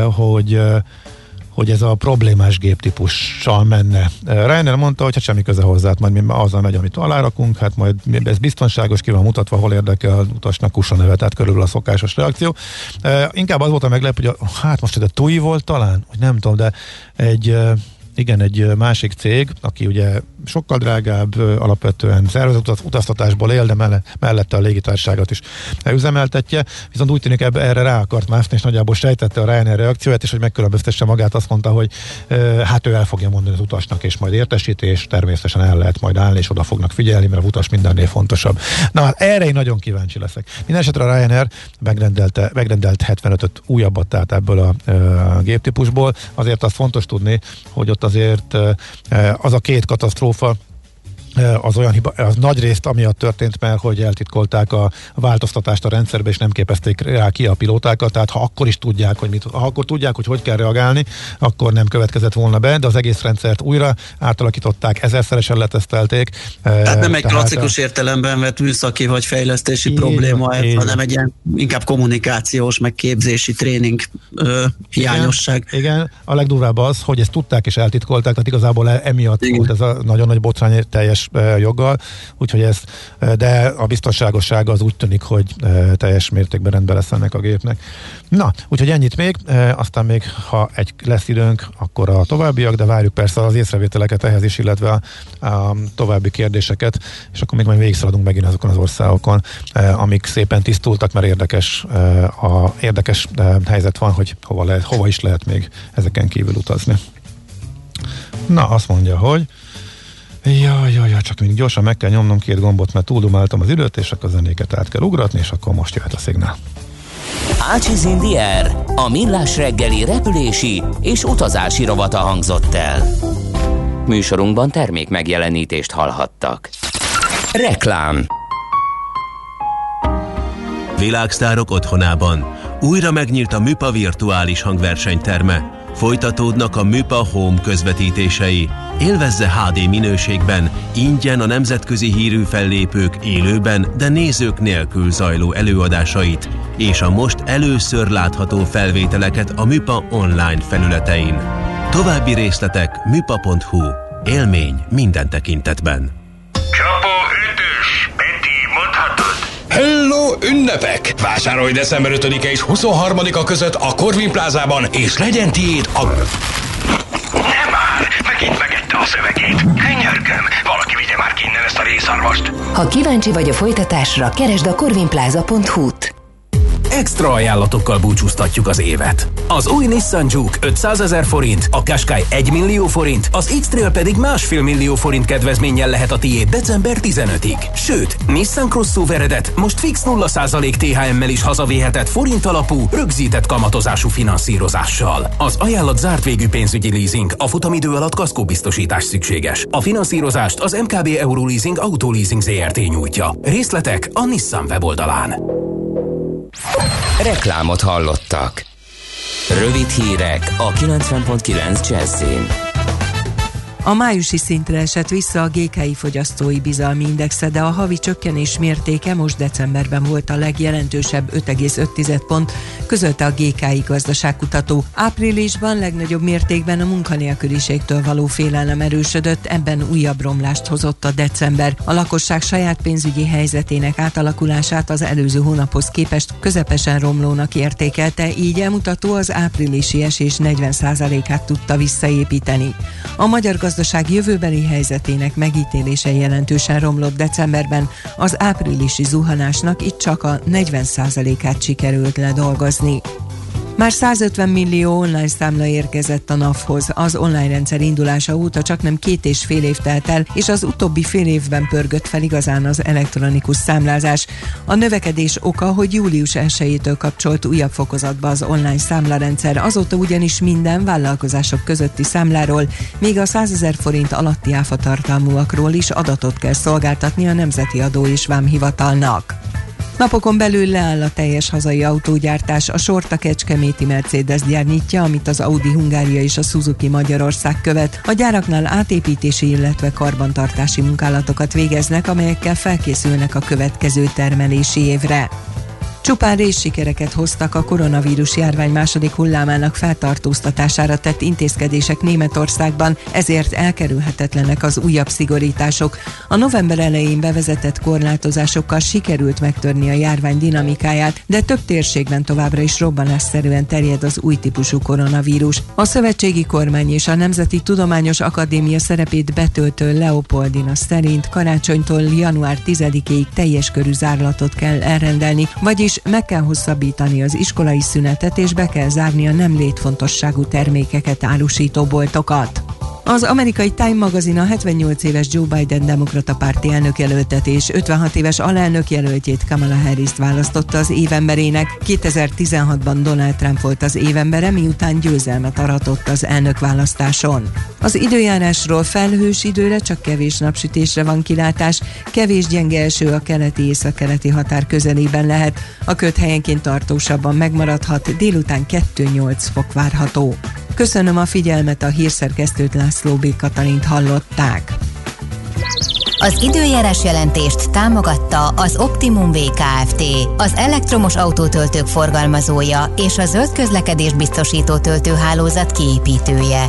hogy ez a problémás géptípussal menne. Ryanair mondta, hogy hát semmi köze hozzá, majd mi azzal megy, amit alárakunk, hát majd ez biztonságos, ki van mutatva, hol érdekel az utasnak Kusa neve, tehát körülbelül a szokásos reakció. Inkább az volt a meglepő, hogy hát most ez a TUI volt talán, hogy nem tudom, de egy másik cég, aki ugye sokkal drágább, alapvetően szervezett utaztatásból él, de mellette a légitársaságot is üzemeltetje, viszont úgy tűnik erre rá akart mászni, és nagyjából sejtette a Ryanair reakcióját, és hogy megkülönböztesse magát, azt mondta, hogy hát ő el fogja mondani az utasnak, és majd értesítés, természetesen el lehet majd állni, és oda fognak figyelni, mert a utas mindennél fontosabb. Na hát erre én nagyon kíváncsi leszek. Mindenesetre a Ryanair megrendelt 75-öt újabbat, tehát ebből a géptípusból. Azért azt fontos tudni, hogy ott azért az a két katasztrófa, az olyan hiba, az nagy részt amiatt történt, mert hogy eltitkolták a változtatást a rendszerbe, és nem képezték rá ki a pilótákat, tehát ha akkor is tudják, hogy kell reagálni, akkor nem következett volna be, de az egész rendszert újra átalakították, ezerszeresen letesztelték. Tehát nem egy klasszikus értelemben vett műszaki vagy fejlesztési probléma, hanem egy ilyen inkább kommunikációs, meg képzési tréning hiányosság. Igen, a legdurvább az, hogy ezt tudták és eltitkolták, tehát igazából emiatt volt ez a nagyon nagy botrány teljes joggal, úgyhogy de a biztonságossága az úgy tűnik, hogy teljes mértékben rendben lesz ennek a gépnek. Na, úgyhogy ennyit még, aztán még, ha lesz időnk, akkor a továbbiak, de várjuk persze az észrevételeket ehhez is, illetve a további kérdéseket, és akkor még majd végigszaladunk megint azokon az országokon, amik szépen tisztultak, mert érdekes helyzet van, hogy hova is lehet még ezeken kívül utazni. Na, azt mondja, hogy Jaj, csak még gyorsan meg kell nyomnom két gombot, mert túldumáltam az időt, és akkor a zenéket át kell ugratni, és akkor most jöhet a szignál. Ácsiz in the Air, a millás reggeli repülési és utazási rovata hangzott el. Műsorunkban termék megjelenítést hallhattak. Reklám. Világsztárok otthonában újra megnyílt a Műpa virtuális hangversenyterme. Folytatódnak a Műpa Home közvetítései. Élvezze HD minőségben, ingyen a nemzetközi hírű fellépők élőben, de nézők nélkül zajló előadásait, és a most először látható felvételeket a Műpa online felületein. További részletek műpa.hu. Élmény minden tekintetben. Csapó 5-ös, Peti, mondhatod? Hello, ünnepek! Vásárolj december 5-e és 23-a között a Corvin Plázában, és legyen tiéd a... Nem már! Megint megette a szövegét. Könyörgöm, valaki vigye már ki innen ezt a részarvast. Ha kíváncsi vagy a folytatásra, keresd a corvinplaza.hu-t. extra ajánlatokkal búcsúztatjuk az évet. Az új Nissan Juke 500 000 forint, a Qashqai 1 millió forint, az X-Trail pedig 1,5 millió forint kedvezménnyel lehet a tiéd december 15-ig. Sőt, Nissan Crossoveredet most fix 0% THM-mel is hazavéhetett forint alapú, rögzített kamatozású finanszírozással. Az ajánlat zárt végű pénzügyi leasing, a futamidő alatt kaszkóbiztosítás szükséges. A finanszírozást az MKB Euroleasing Autoleasing Zrt. Nyújtja. Részletek a Nissan weboldalán. Reklámot hallottak. Rövid hírek a 90.9 Jazzin. A májusi szintre esett vissza a GKI fogyasztói bizalmi indexe, de a havi csökkenés mértéke most decemberben volt a legjelentősebb 5,5 pont, közölte a GKI gazdaságkutató. Áprilisban legnagyobb mértékben a munkanélküliségtől való félelem erősödött, ebben újabb romlást hozott a december. A lakosság saját pénzügyi helyzetének átalakulását az előző hónaphoz képest közepesen romlónak értékelte, így elmutató az áprilisi esés 40%-át tudta visszaépíteni. A magyar gazdaság jövőbeli helyzetének megítélése jelentősen romlott decemberben, az áprilisi zuhanásnak itt csak a 40%-át sikerült ledolgozni. Már 150 millió online számla érkezett a NAV-hoz. Az online rendszer indulása óta csaknem 2,5 év telt el, és az utóbbi fél évben pörgött fel igazán az elektronikus számlázás. A növekedés oka, hogy július 1-től kapcsolt újabb fokozatba az online számlarendszer, azóta ugyanis minden vállalkozások közötti számláról, még a 100 000 forint alatti áfatartalmúakról is adatot kell szolgáltatni a Nemzeti Adó és Vámhivatalnak. Napokon belül leáll a teljes hazai autógyártás, a sort a kecskeméti Mercedes gyár nyitja, amit az Audi Hungária és a Suzuki Magyarország követ. A gyáraknál átépítési, illetve karbantartási munkálatokat végeznek, amelyekkel felkészülnek a következő termelési évre. Csupán részsikereket hoztak a koronavírus járvány második hullámának feltartóztatására tett intézkedések Németországban, ezért elkerülhetetlenek az újabb szigorítások. A november elején bevezetett korlátozásokkal sikerült megtörni a járvány dinamikáját, de több térségben továbbra is robbanásszerűen terjed az új típusú koronavírus. A szövetségi kormány és a Nemzeti Tudományos Akadémia szerepét betöltő Leopoldina szerint karácsonytól január 10-ig teljes körű zárlatot kell elrendelni, vagyis meg kell hosszabbítani az iskolai szünetet, és be kell zárni a nem létfontosságú termékeket árusító boltokat. Az amerikai Time magazin a 78 éves Joe Biden demokrata párti elnökjelöltet és 56 éves alelnök jelöltjét, Kamala Harrist választotta az évemberének. 2016-ban Donald Trump volt az évembere, miután győzelmet aratott az elnökválasztáson. Az időjárásról: felhős időre, csak kevés napsütésre van kilátás, kevés gyenge eső a keleti-északkeleti határ közelében lehet, a köd helyenként tartósabban megmaradhat, délután 2-8 fok várható. Köszönöm a figyelmet, a hírszerkesztőt, László B. Katalint hallották. Az időjárás jelentést támogatta az Optimum Kft., az elektromos autótöltők forgalmazója és a zöld közlekedés biztosító töltőhálózat kiépítője.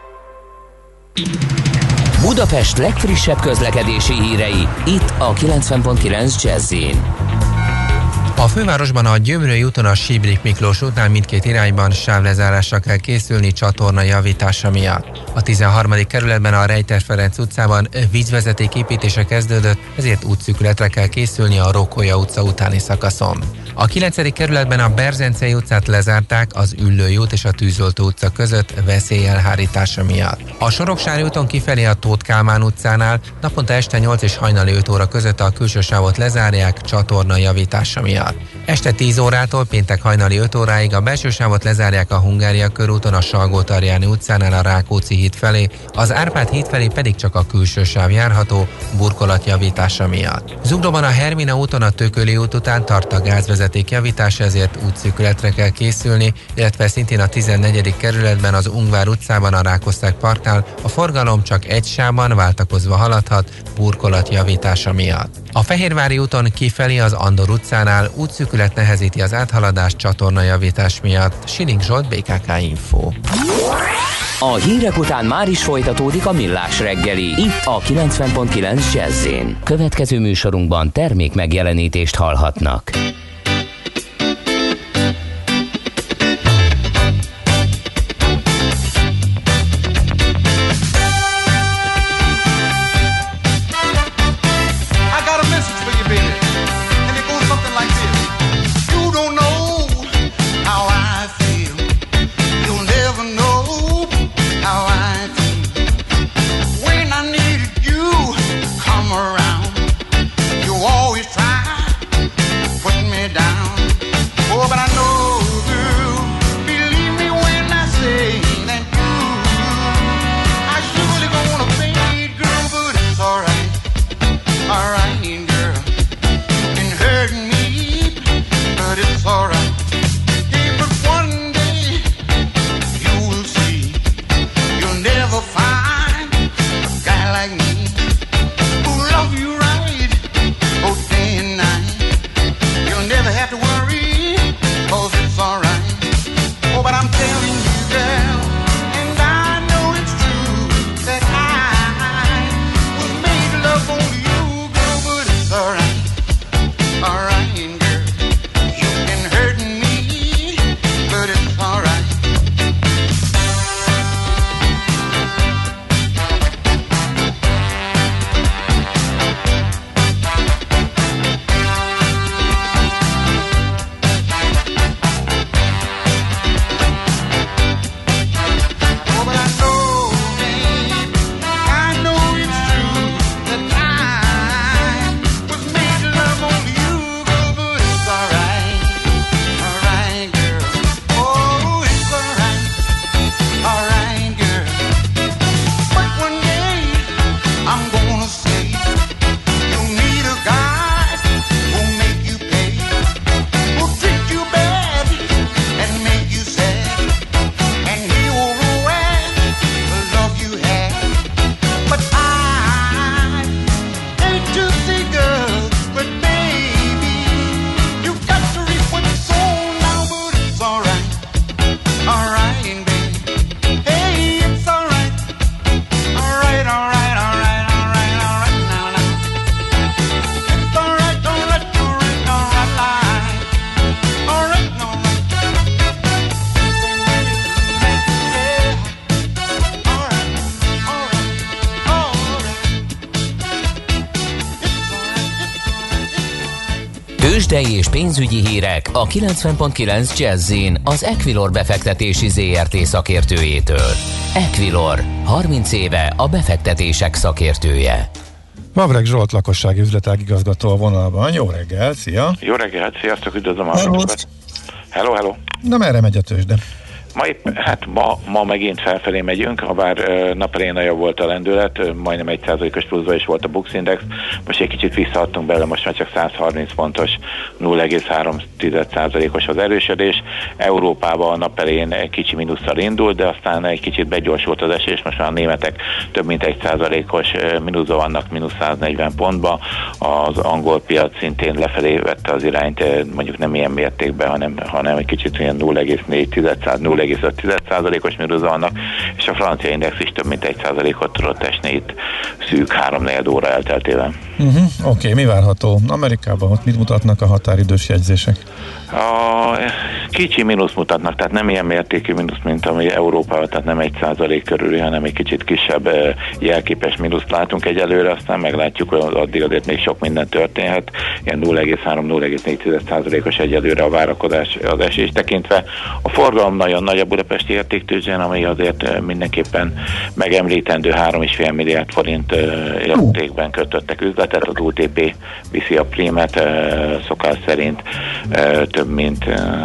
Budapest legfrissebb közlekedési hírei, itt a 90.9 Jazzin. A fővárosban a Gyömrői úton a Síbrik Miklós útnál mindkét irányban sávlezárásra kell készülni csatorna javítása miatt. A 13. kerületben a Rejter Ferenc utcában vízvezeték építése kezdődött, ezért útszűkületre kell készülni a Rókólya utca utáni szakaszon. A 9. kerületben a Berzencei utcát lezárták az Üllői út és a Tűzoltó utca között veszély elhárítása miatt. A Soroksári úton kifelé a Tóth Kálmán utcánál naponta este 8 és hajnali 5 óra között a külső sávot lezárják csatorna javítása miatt. Este 10 órától péntek hajnali 5 óráig a belső sávot lezárják a Hungária körúton a Salgó-Tarjáni utcánál a Rákóczi híd felé, az Árpád híd felé pedig csak a külső sáv járható burkolat javítása miatt. Zuglóban a Hermina úton a Tököli út után tart a gázvezeték javítása, ezért útszűkületre kell készülni, illetve szintén a 14. kerületben az Ungvár utcában a Rákosztály parknál a forgalom csak egy sávban váltakozva haladhat burkolat javítása miatt. A Fehérvári úton kifelé az Andor utcánál útszűkület nehezíti az áthaladást csatornajavítás miatt. Siling Zsolt, BKK Info. A hírek után már is folytatódik a Millás reggeli, itt a 90.9 Jazz-én. Következő műsorunkban termék megjelenítést hallhatnak. I got a message for you, baby. And it goes something like this. You don't know Tőzsdei és pénzügyi hírek a 90.9 Jazz-in az Equilor befektetési ZRT szakértőjétől. Equilor, 30 éve a befektetések szakértője. Vavreg Zsolt lakossági üzletág igazgató a vonalban. Jó reggel, szia! Jó reggelt, sziasztok, üdvözlöm a hallgatókat! Hello, hello! Na merre megy a tőzsde? Ma megint felfelé megyünk, ha bár napelén nagyobb volt a lendület, majdnem 1%-os pluszba is volt a Bux Index, most egy kicsit visszaadtunk belőle, most már csak 130 pontos, 0,3%-os az erősödés. Európában a napelén egy kicsi mínusszal indult, de aztán egy kicsit begyorsult az esés, most már a németek több mint 1%-os mínuszban vannak, mínusz 140 pontba, az angol piac szintén lefelé vette az irányt, mondjuk nem ilyen mértékben, hanem egy kicsit ilyen 0,5%-os mínuszban vannak, és a francia index is több mint 1%-ot tudott esni itt szűk 3-4 óra elteltével. Oké, mi várható? Amerikában ott mit mutatnak a határidős jegyzések? A kicsi mínusz mutatnak, tehát nem ilyen mértékű mínusz, mint ami Európában, tehát nem 1% körül, hanem egy kicsit kisebb jelképes mínuszt látunk egyelőre, aztán meglátjuk, hogy addig azért még sok minden történhet. Ilyen 0,3-0,4%-os egyelőre a várakozás az esés tekintve. A forgalom nagyon nagy a budapesti értéktőzsdén, ami azért mindenképpen megemlítendő 3,5 milliárd forint értékben kötöttek üzletet, az OTP viszi a prímet szokás szerint több mint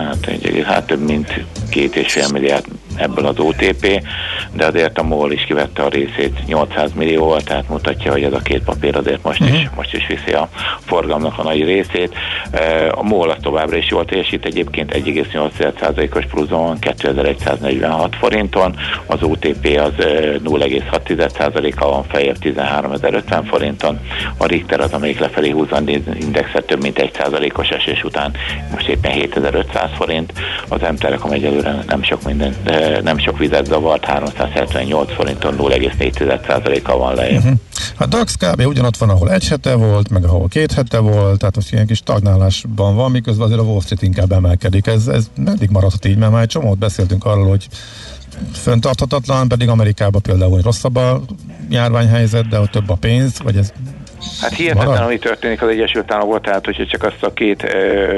2,5 milliárd ebből az OTP, de azért a MOL is kivette a részét 800 millióval, tehát mutatja, hogy ez a két papír azért most is viszi a forgalomnak a nagy részét. A MOL az továbbra is jól teljesít, egyébként 1,8%-os pluszon van 2146 forinton, az OTP az 0,6%-kal van feljebb 13.050 forinton, a Richter az, amelyik lefelé húzza az indexet több mint 1%-os esés után, most éppen 7500 forint, az M-Telekom egyelőre nem sok vizet zavart, 378 forinton 0,4%-kal van lejjebb. A DAX kb. Ugyanott van, ahol egy hete volt, meg ahol 2 hete volt, tehát most ilyen kis stagnálásban van, miközben azért a Wall Street inkább emelkedik. Ez meddig maradhat így, mert már egy csomót beszéltünk arról, hogy fenntarthatatlan, pedig Amerikában például rosszabb a járványhelyzet, de ott több a pénz, vagy ez Hát hihetetlen, ami történik az Egyesült Államokban, tehát hogyha csak azt a két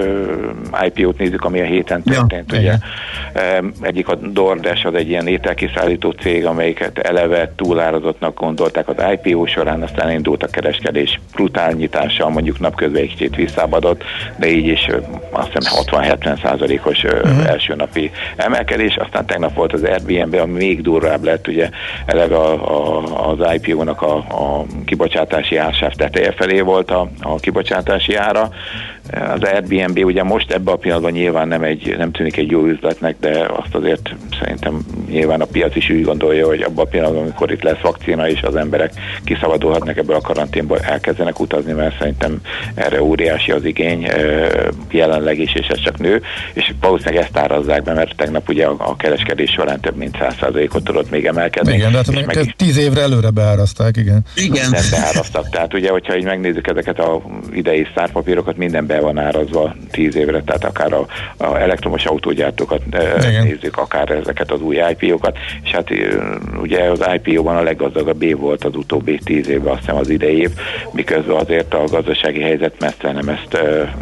IPO-t nézzük, ami a héten történt, ugye. Egyik a DoorDash, az egy ilyen ételkiszállító cég, amelyiket eleve túlárazottnak gondolták az IPO során, aztán indult a kereskedés brutál nyitással, mondjuk napközben egy kicsit visszábadott, de így is azt hiszem 60-70%-os első napi emelkedés, aztán tegnap volt az Airbnb, ami még durvább lett, ugye eleve az IPO-nak a kibocsátási ársáv teteje felé volt a kibocsátási ára. Az Airbnb ugye most ebben a pillanatban nyilván nem tűnik egy jó üzletnek, de azt azért szerintem nyilván a piac is úgy gondolja, hogy abban a pillanatban, amikor itt lesz vakcina és az emberek kiszabadulhatnak ebből a karanténból, elkezdenek utazni, mert szerintem erre óriási az igény jelenleg is, és ez csak nő, és valószínűleg ezt árazzák be, mert tegnap ugye a kereskedés során több mint 100%-ot tudott még emelkedni. Igen, de hát 10 évre előre beáraszták, igen. Nem beárasztak, tehát ugye, hogyha így megnézzük ezeket az idei sztárpapírokat, minden be van árazva 10 évre, tehát akár a elektromos autógyártókat nézzük, akár ezeket az új IPO-kat, és hát ugye az IPO-ban a leggazdagabb év volt az utóbbi 10 évben, azt hiszem az idei év, miközben azért a gazdasági helyzet messze nem ezt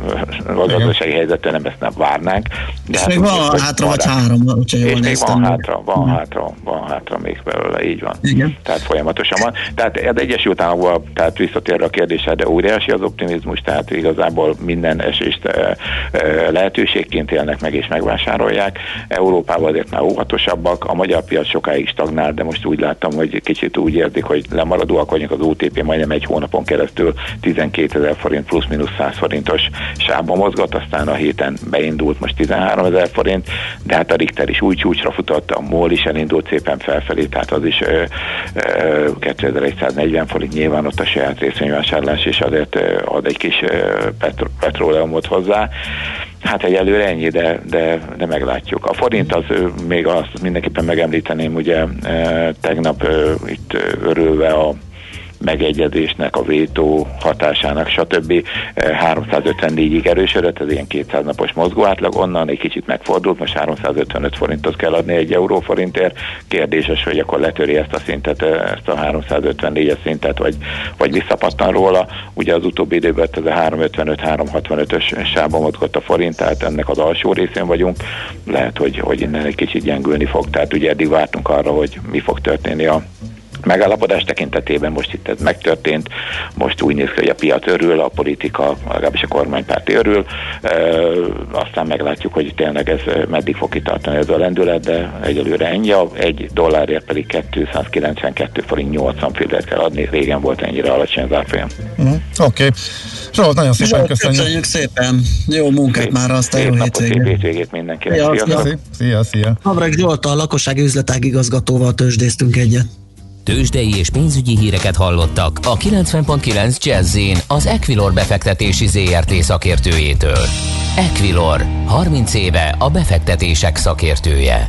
nem várnánk. De és hát még van hátra vagy 3, hogyha jól néztem. Van hátra még belőle, így van. Igen. Tehát folyamatosan van. Tehát az Egyesült Államokban, tehát visszatérve a kérdésedre, óriási az optimizmus, tehát igazából minden esést lehetőségként élnek meg és megvásárolják. Európában azért már óvatosabbak, a magyar piac sokáig stagnál, de most úgy láttam, hogy kicsit úgy érzik, hogy lemaradóak vagyunk, az OTP majdnem egy hónapon keresztül 12 000 forint plusz-minusz 100 forintos sávban mozgott, aztán a héten beindult most 13 000 forint, de hát a Richter is új csúcsra futott, a MOL is elindult szépen felfelé, tehát az is 2140 forint, nyilván ott a saját részvényvásárlás is azért ad egy kis petróleumot hozzá. Hát egyelőre ennyi, de meglátjuk. A forint az még azt mindenképpen megemlíteném, ugye tegnap itt örülve a megegyezésnek, a vétó hatásának, stb. 354-ig erősödött, ez ilyen 200 napos mozgóátlag, onnan egy kicsit megfordult, most 355 forintot kell adni egy euróforintért. Kérdéses, hogy akkor letöri ezt a szintet, ezt a 354-es szintet, vagy visszapattan róla. Ugye az utóbbi időben ez a 355-365-ös sávban mozgott a forint, tehát ennek az alsó részén vagyunk. Lehet, hogy innen egy kicsit gyengülni fog. Tehát ugye eddig vártunk arra, hogy mi fog történni a megállapodás tekintetében, most itt ez megtörtént, most úgy néz ki, hogy a piac örül, a politika, legalábbis a kormánypárti örül, aztán meglátjuk, hogy tényleg ez meddig fog kitartani ez a lendület, de egyelőre ennyi, egy dollárért pedig 292 forint 80 fillért kell adni, régen volt ennyire alacsony az árfolyam. Oké. Zsolt, nagyon szépen köszönjük szépen. Jó munkát már, aztán jó hétvégét. Szép hétvégét mindenkinek. Szia. Havreg Zsolttal, a lakossági üzletág igazgatóval tőzsdéztünk egyet. Tőzsdei és pénzügyi híreket hallottak a 90.9 Jazz-in az Equilor befektetési ZRT szakértőjétől. Equilor, 30 éve a befektetések szakértője.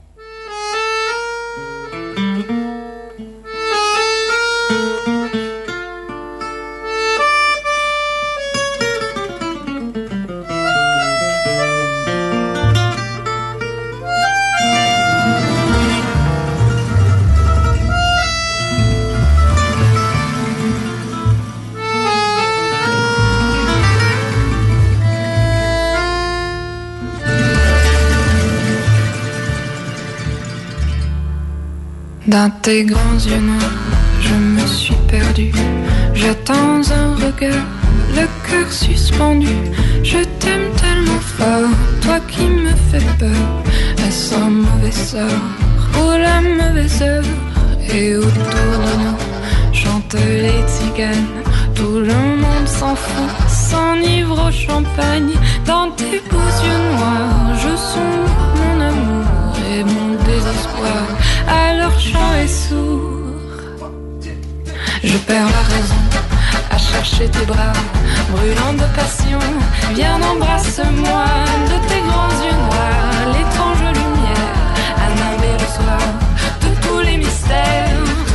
Dans tes grands yeux noirs, je me suis perdue. J'attends un regard, le cœur suspendu. Je t'aime tellement fort, toi qui me fais peur. Est-ce un mauvais sort ou la mauvaise heure? Et autour de nous chantent les tziganes. Tout le monde s'en fout, s'enivre au champagne. Dans tes beaux yeux noirs, je songe mon amour et mon désespoir. Alors chant est sourd. Je perds la raison à chercher tes bras, brûlant de passion. Viens, embrasse-moi de tes grands yeux noirs, l'étrange lumière à nimber le soir de tous les mystères.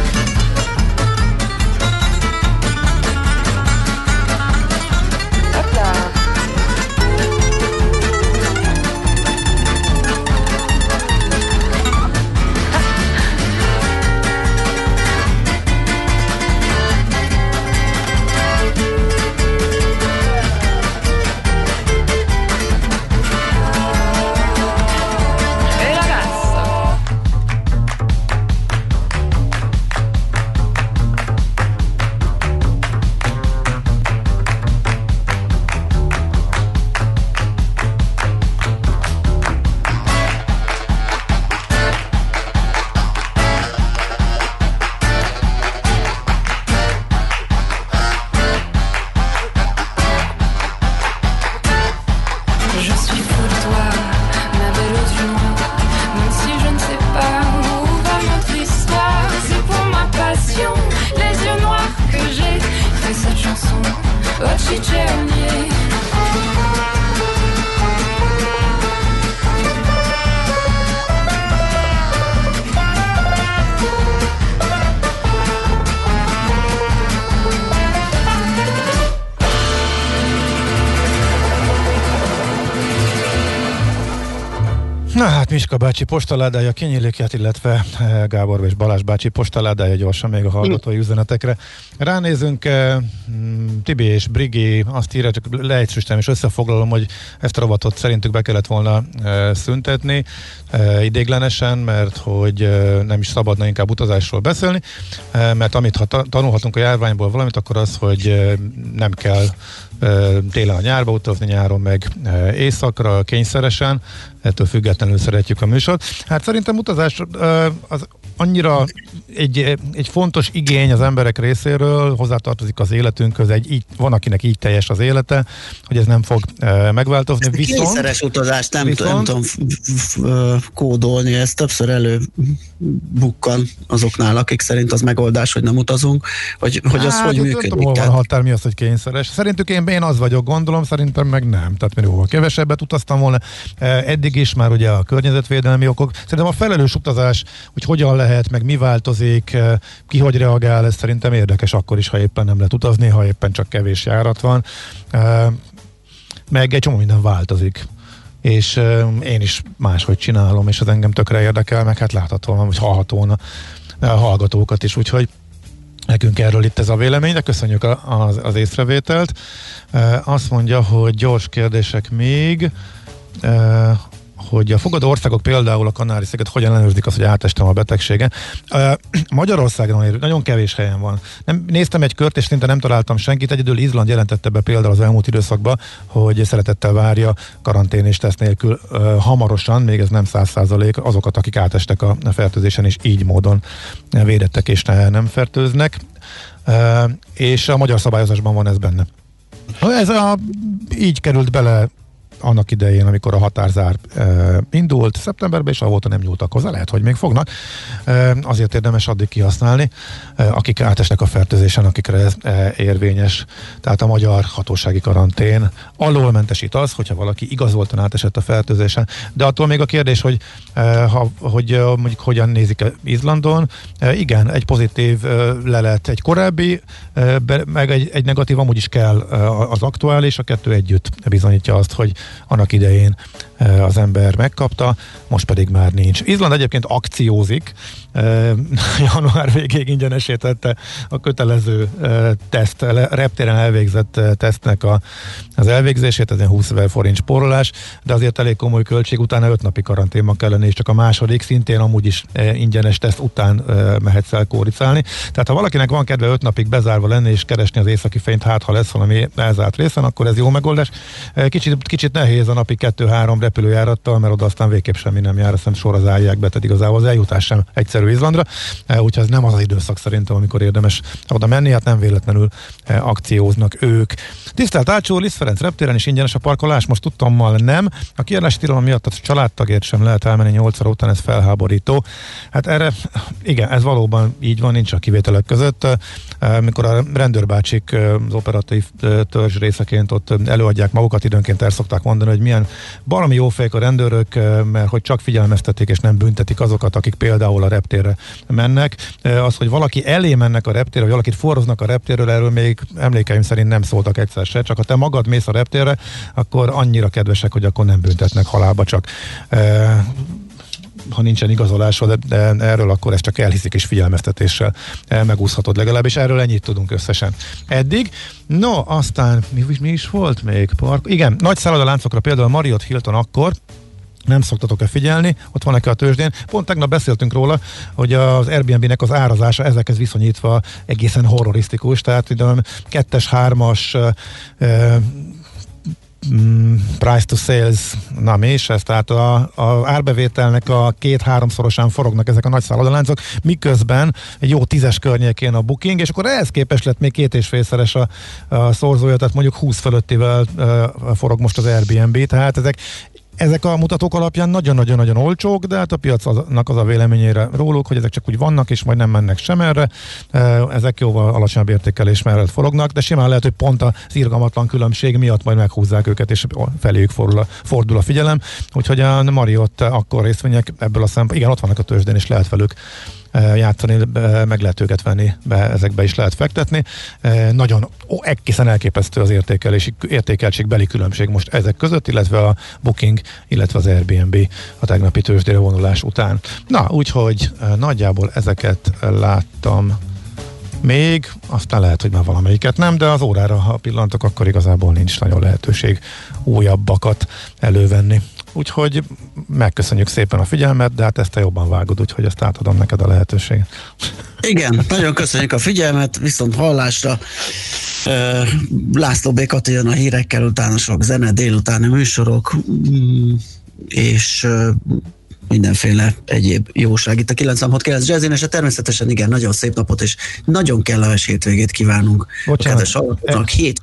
Na hát Miska bácsi postaládája kinyílik, illetve Gábor és Balázs bácsi postaládája gyorsan még a hallgatói üzenetekre. Ránézünk, Tibi és Brigi azt írja, csak leegyszerűsítem és összefoglalom, hogy ezt a rovatot szerintük be kellett volna szüntetni idéglenesen, mert hogy nem is szabadna inkább utazásról beszélni, mert amit ha tanulhatunk a járványból valamit, akkor az, hogy nem kell télen a nyárba utazni, nyáron meg éjszakra kényszeresen, ettől függetlenül szeretjük a műsort. Hát szerintem utazás az annyira egy fontos igény az emberek részéről, hozzátartozik az életünkhöz, van akinek így teljes az élete, hogy ez nem fog megváltozni. Viszont kényszeres utazást nem tudom kódolni, ez többször előbukkan azoknál, akik szerint az megoldás, hogy nem utazunk, hogy az hogy működik. Hol van a határ, mi az, hogy kényszeres? Szerintük én az vagyok, gondolom, szerintem meg nem. Tehát mert jóval kevesebbet utaztam volna eddig is, már ugye a környezetvédelmi okok. Szerintem a felelős utazás, hogy hogyan lehet lehet, meg mi változik, ki hogy reagál, ez szerintem érdekes akkor is, ha éppen nem lehet utazni, ha éppen csak kevés járat van. Meg egy csomó minden változik. És én is máshogy csinálom, és az engem tökre érdekel, meg hát láthatóan, vagy hallhatóan a hallgatókat is, úgyhogy nekünk erről itt ez a vélemény, de köszönjük az észrevételt. Azt mondja, hogy gyors kérdések még, hogy a fogadó országok, például a Kanári-sziget hogyan ellenőrzik azt, hogy átestem a betegségen. Magyarországon nagyon kevés helyen van. Néztem egy kört, és szinte nem találtam senkit. Egyedül Izland jelentette be például az elmúlt időszakban, hogy szeretettel várja karantén és teszt nélkül hamarosan, még ez nem 100%, azokat, akik átestek a fertőzésen, és így módon védettek és nem fertőznek. És a magyar szabályozásban van ez benne. Így került bele annak idején, amikor a határzár indult szeptemberben, és avóta nem nyúltak hozzá, lehet, hogy még fognak. Azért érdemes addig kihasználni, akik átesnek a fertőzésen, akikre ez érvényes. Tehát a magyar hatósági karantén alól mentesít az, hogyha valaki igazoltan átesett a fertőzésen. De attól még a kérdés, hogy mondjuk hogyan nézik Izlandon. Igen, egy pozitív lelet egy korábbi, meg egy negatív amúgy is kell az aktuális, a kettő együtt bizonyítja azt, hogy annak idején az ember megkapta, most pedig már nincs. Izland egyébként akciózik, január végéig ingyenesítette a kötelező teszt, reptéren elvégzett tesztnek az elvégzését, ez egy 20 000 forint spórolás, de azért elég komoly költség, utána 5 napi karanténban kell lenni, és csak a második, szintén amúgy is ingyenes teszt után mehetsz el kóricálni. Tehát ha valakinek van kedve 5 napig bezárva lenni és keresni az északi fényt, hát ha lesz valami elzárt részen, akkor ez jó megoldás. Kicsit nehéz a napi 2-3 repülőjárattal, mert oda aztán végképp semmi nem jár, aztán sorra zárják be, tehát igazából az eljutás sem egyszerű Izlandra, úgyhogy ez nem az időszak szerintem, amikor érdemes oda menni, hát nem véletlenül akcióznak ők. Tisztelt Ácsó, Liszt Ferenc reptéren is ingyenes a parkolás, most tudtommal nem. A kijárási tilalom miatt a családtagért sem lehet elmenni 8 óra után, ez felháborító. Hát erre, igen, ez valóban így van, nincs a kivételek között. Mikor a rendőrbácsik az operatív törzs részeként ott előadják magukat, időnként el szokták mondani, hogy milyen baromi jó fejek a rendőrök, mert hogy csak figyelmeztetik és nem büntetik azokat, akik például a reptérre mennek. Az, hogy valaki elé mennek a reptérre, vagy valakit forroznak a reptérről, erről még emlékeim szerint nem szóltak egyszer se, csak ha te magad mész a reptérre, akkor annyira kedvesek, hogy akkor nem büntetnek halálba, csak ha nincsen igazolásod, de erről akkor ezt csak elhiszik és figyelmeztetéssel megúszhatod legalábbis. Erről ennyit tudunk összesen eddig. No, aztán mi is volt még? Igen, nagy szállodaláncokra például Marriott, Hilton akkor, nem szoktatok-e figyelni, ott van neki a tőzsdén. Pont tegnap beszéltünk róla, hogy az Airbnb-nek az árazása ezekhez viszonyítva egészen horrorisztikus, tehát 2-es, 3-as price to sales, na mi is ez, tehát a árbevételnek a 2-3-szorosán forognak ezek a nagy szállodaláncok, miközben egy jó 10-es környékén a booking, és akkor ehhez képest lett még 2,5-szeres a szorzója, tehát mondjuk 20 fölöttivel forog most az Airbnb, tehát ezek a mutatók alapján nagyon-nagyon-nagyon olcsók, de hát a piacnak az a véleményére róluk, hogy ezek csak úgy vannak, és majd nem mennek sem erre. Ezek jóval alacsonyabb értékelés mellett forognak, de simán lehet, hogy pont az irgalmatlan különbség miatt majd meghúzzák őket, és feléjük fordul a figyelem. Úgyhogy a Marriott akkor részvények ebből a szempontból, igen, ott vannak a tőzsdén, és lehet velük játszani, meg lehet őket venni, ezekbe is lehet fektetni. Nagyon egészen elképesztő az értékeltségbeli különbség most ezek között, illetve a Booking, illetve az Airbnb a tegnapi tőzsdére vonulás után. Na, úgyhogy nagyjából ezeket láttam még, aztán lehet, hogy már valamelyiket nem, de az órára, ha pillantok, akkor igazából nincs nagyon lehetőség újabbakat elővenni. Úgyhogy megköszönjük szépen a figyelmet, de hát ezt te jobban vágod, úgyhogy ezt átadom neked a lehetőséget. Igen, nagyon köszönjük a figyelmet, viszont hallásra. László B. Kati jön a hírekkel, utána sok zene, délutáni műsorok, és mindenféle egyéb jóság itt a 96.9 Jazzin, és természetesen igen, nagyon szép napot, és nagyon kellemes hétvégét kívánunk a kedves hallgatóknak. Hétfőn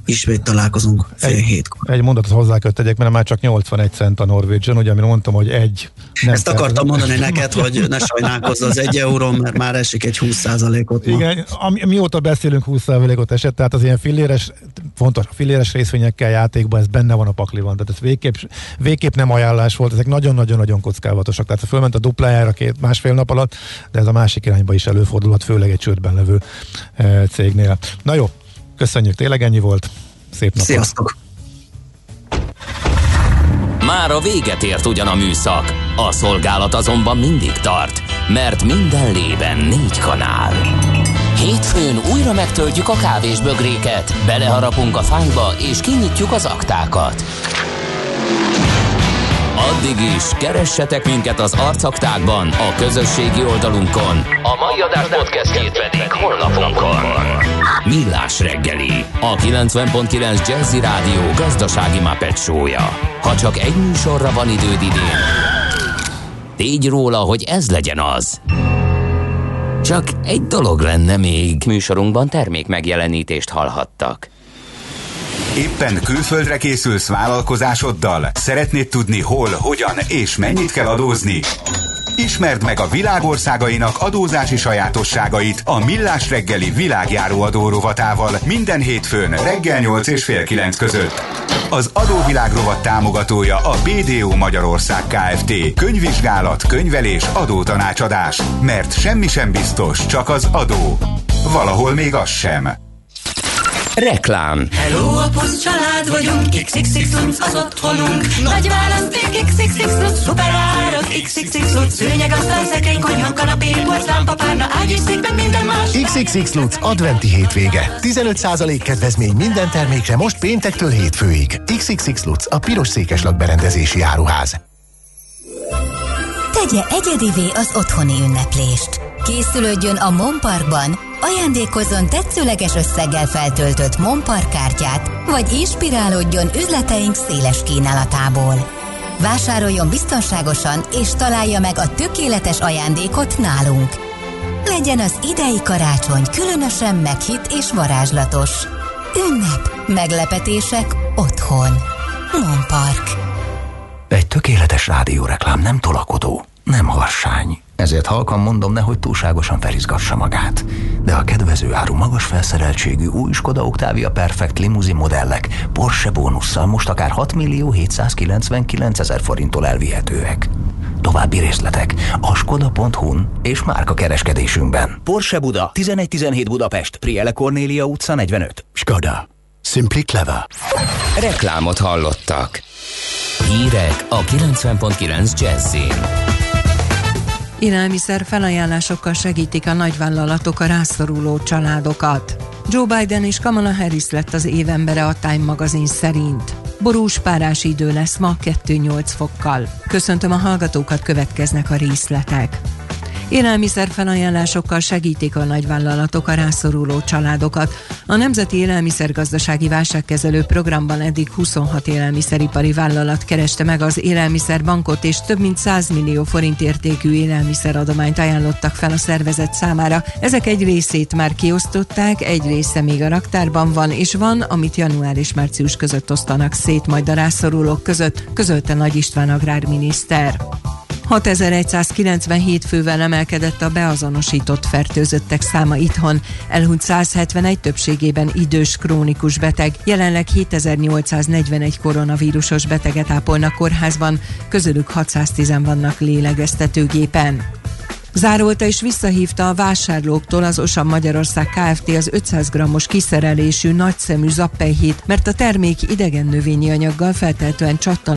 ismét találkozunk fél hétkor. Egy mondatot hozzá kell tegyek, mert már csak 81 cent a Norwegian, ugye, amire mondtam, hogy egy... Ezt akartam mondani neked, hogy ne sajnálkozz az 1 eurón, mert már esik egy 20%-ot. Igen, mióta beszélünk 20%-ot esett, tehát az ilyen fontos, filléres részvényekkel játékban ez benne van a pakliban, tehát ez végképp nem ajánlás volt, ezek nagyon-nagyon-nagyon kockázatosak, tehát fölment a duplájára másfél nap alatt, de ez a másik irányba is előfordulhat, főleg egy csődben levő cégnél. Na jó, köszönjük, tényleg ennyi volt. Szép napot! Sziasztok! Már a véget ért ugyan a műszak, a szolgálat azonban mindig tart, mert minden lében 4 kanál. Hétfőn újra megtöltjük a kávésbögréket, beleharapunk a fányba és kinyitjuk az aktákat. Addig is keressetek minket az arcaktákban, a közösségi oldalunkon. A mai adás podcastjét pedig honlapunkon. Millás reggeli, a 90.9 Jazzy Rádió gazdasági Muppet show-ja. Ha csak egy műsorra van időd idén, tégy róla, hogy ez legyen az. Csak egy dolog lenne még. Műsorunkban termék megjelenítést hallhattak. Éppen külföldre készülsz vállalkozásoddal? Szeretnéd tudni hol, hogyan és mennyit kell adózni? Ismerd meg a világországainak adózási sajátosságait a Millás reggeli világjáró adó rovatával minden hétfőn reggel 8 és fél 9 között. Az adóvilág rovat támogatója a BDO Magyarország Kft. Könyvvizsgálat, könyvelés, adótanácsadás. Mert semmi sem biztos, csak az adó. Valahol még az sem. Reklám. Hello, a plusz család vagyunk, XXX az otthonunk. Nagy választék, XXX szuper árak, XXX szőnyegasztal, szekrény, konyha, kanapé, porcelán, párna, ágy és székben minden más. XXX Lutz adventi hétvége. 15% kedvezmény minden termékre most péntektől hétfőig. XXX Lutz, a piros székeslak berendezési áruház. Tegye egyedivé az otthoni ünneplést. Készülődjön a Mon Parkban, ajándékozzon tetszőleges összeggel feltöltött Mon Park kártyát, vagy inspirálódjon üzleteink széles kínálatából. Vásároljon biztonságosan, és találja meg a tökéletes ajándékot nálunk. Legyen az idei karácsony különösen meghitt és varázslatos. Ünnep, meglepetések otthon. Mon Park. Egy tökéletes rádióreklám nem tolakodó, nem harsány. Ezért halkan mondom, nehogy túlságosan felizgassa magát. De a kedvező áru magas felszereltségű új Skoda Octavia Perfect limuzin modellek Porsche bónusszal most akár 6.799.000 forinttól elvihetőek. További részletek a skoda.hu-n és márkakereskedésünkben. Porsche Buda, 1117 Budapest, Priele Kornélia utca 45. Skoda. Simply clever. Reklámot hallottak. Hírek a 90.9 Jazzyn. Élelmiszer felajánlásokkal segítik a nagyvállalatok a rászoruló családokat. Joe Biden és Kamala Harris lett az évembere a Time magazin szerint. Borús párás idő lesz ma 2-8 fokkal. Köszöntöm a hallgatókat, következnek a részletek. Élelmiszer felajánlásokkal segítik a nagyvállalatok a rászoruló családokat. A Nemzeti Élelmiszergazdasági Válságkezelő Programban eddig 26 élelmiszeripari vállalat kereste meg az élelmiszerbankot, és több mint 100 millió forint értékű élelmiszeradományt ajánlottak fel a szervezet számára. Ezek egy részét már kiosztották, egy része még a raktárban van, és van, amit január és március között osztanak szét majd a rászorulók között, közölte Nagy István agrárminiszter. 6197 fővel emelkedett a beazonosított fertőzöttek száma itthon. Elhunyt 171, többségében idős, krónikus beteg. Jelenleg 7841 koronavírusos beteget ápolnak kórházban, közülük 610 vannak lélegeztetőgépen. Zárolta és visszahívta a vásárlóktól az Osam Magyarország Kft. Az 500 g-os kiszerelésű nagyszemű zappelyhét, mert a termék idegen növényi anyaggal feltehetően csattan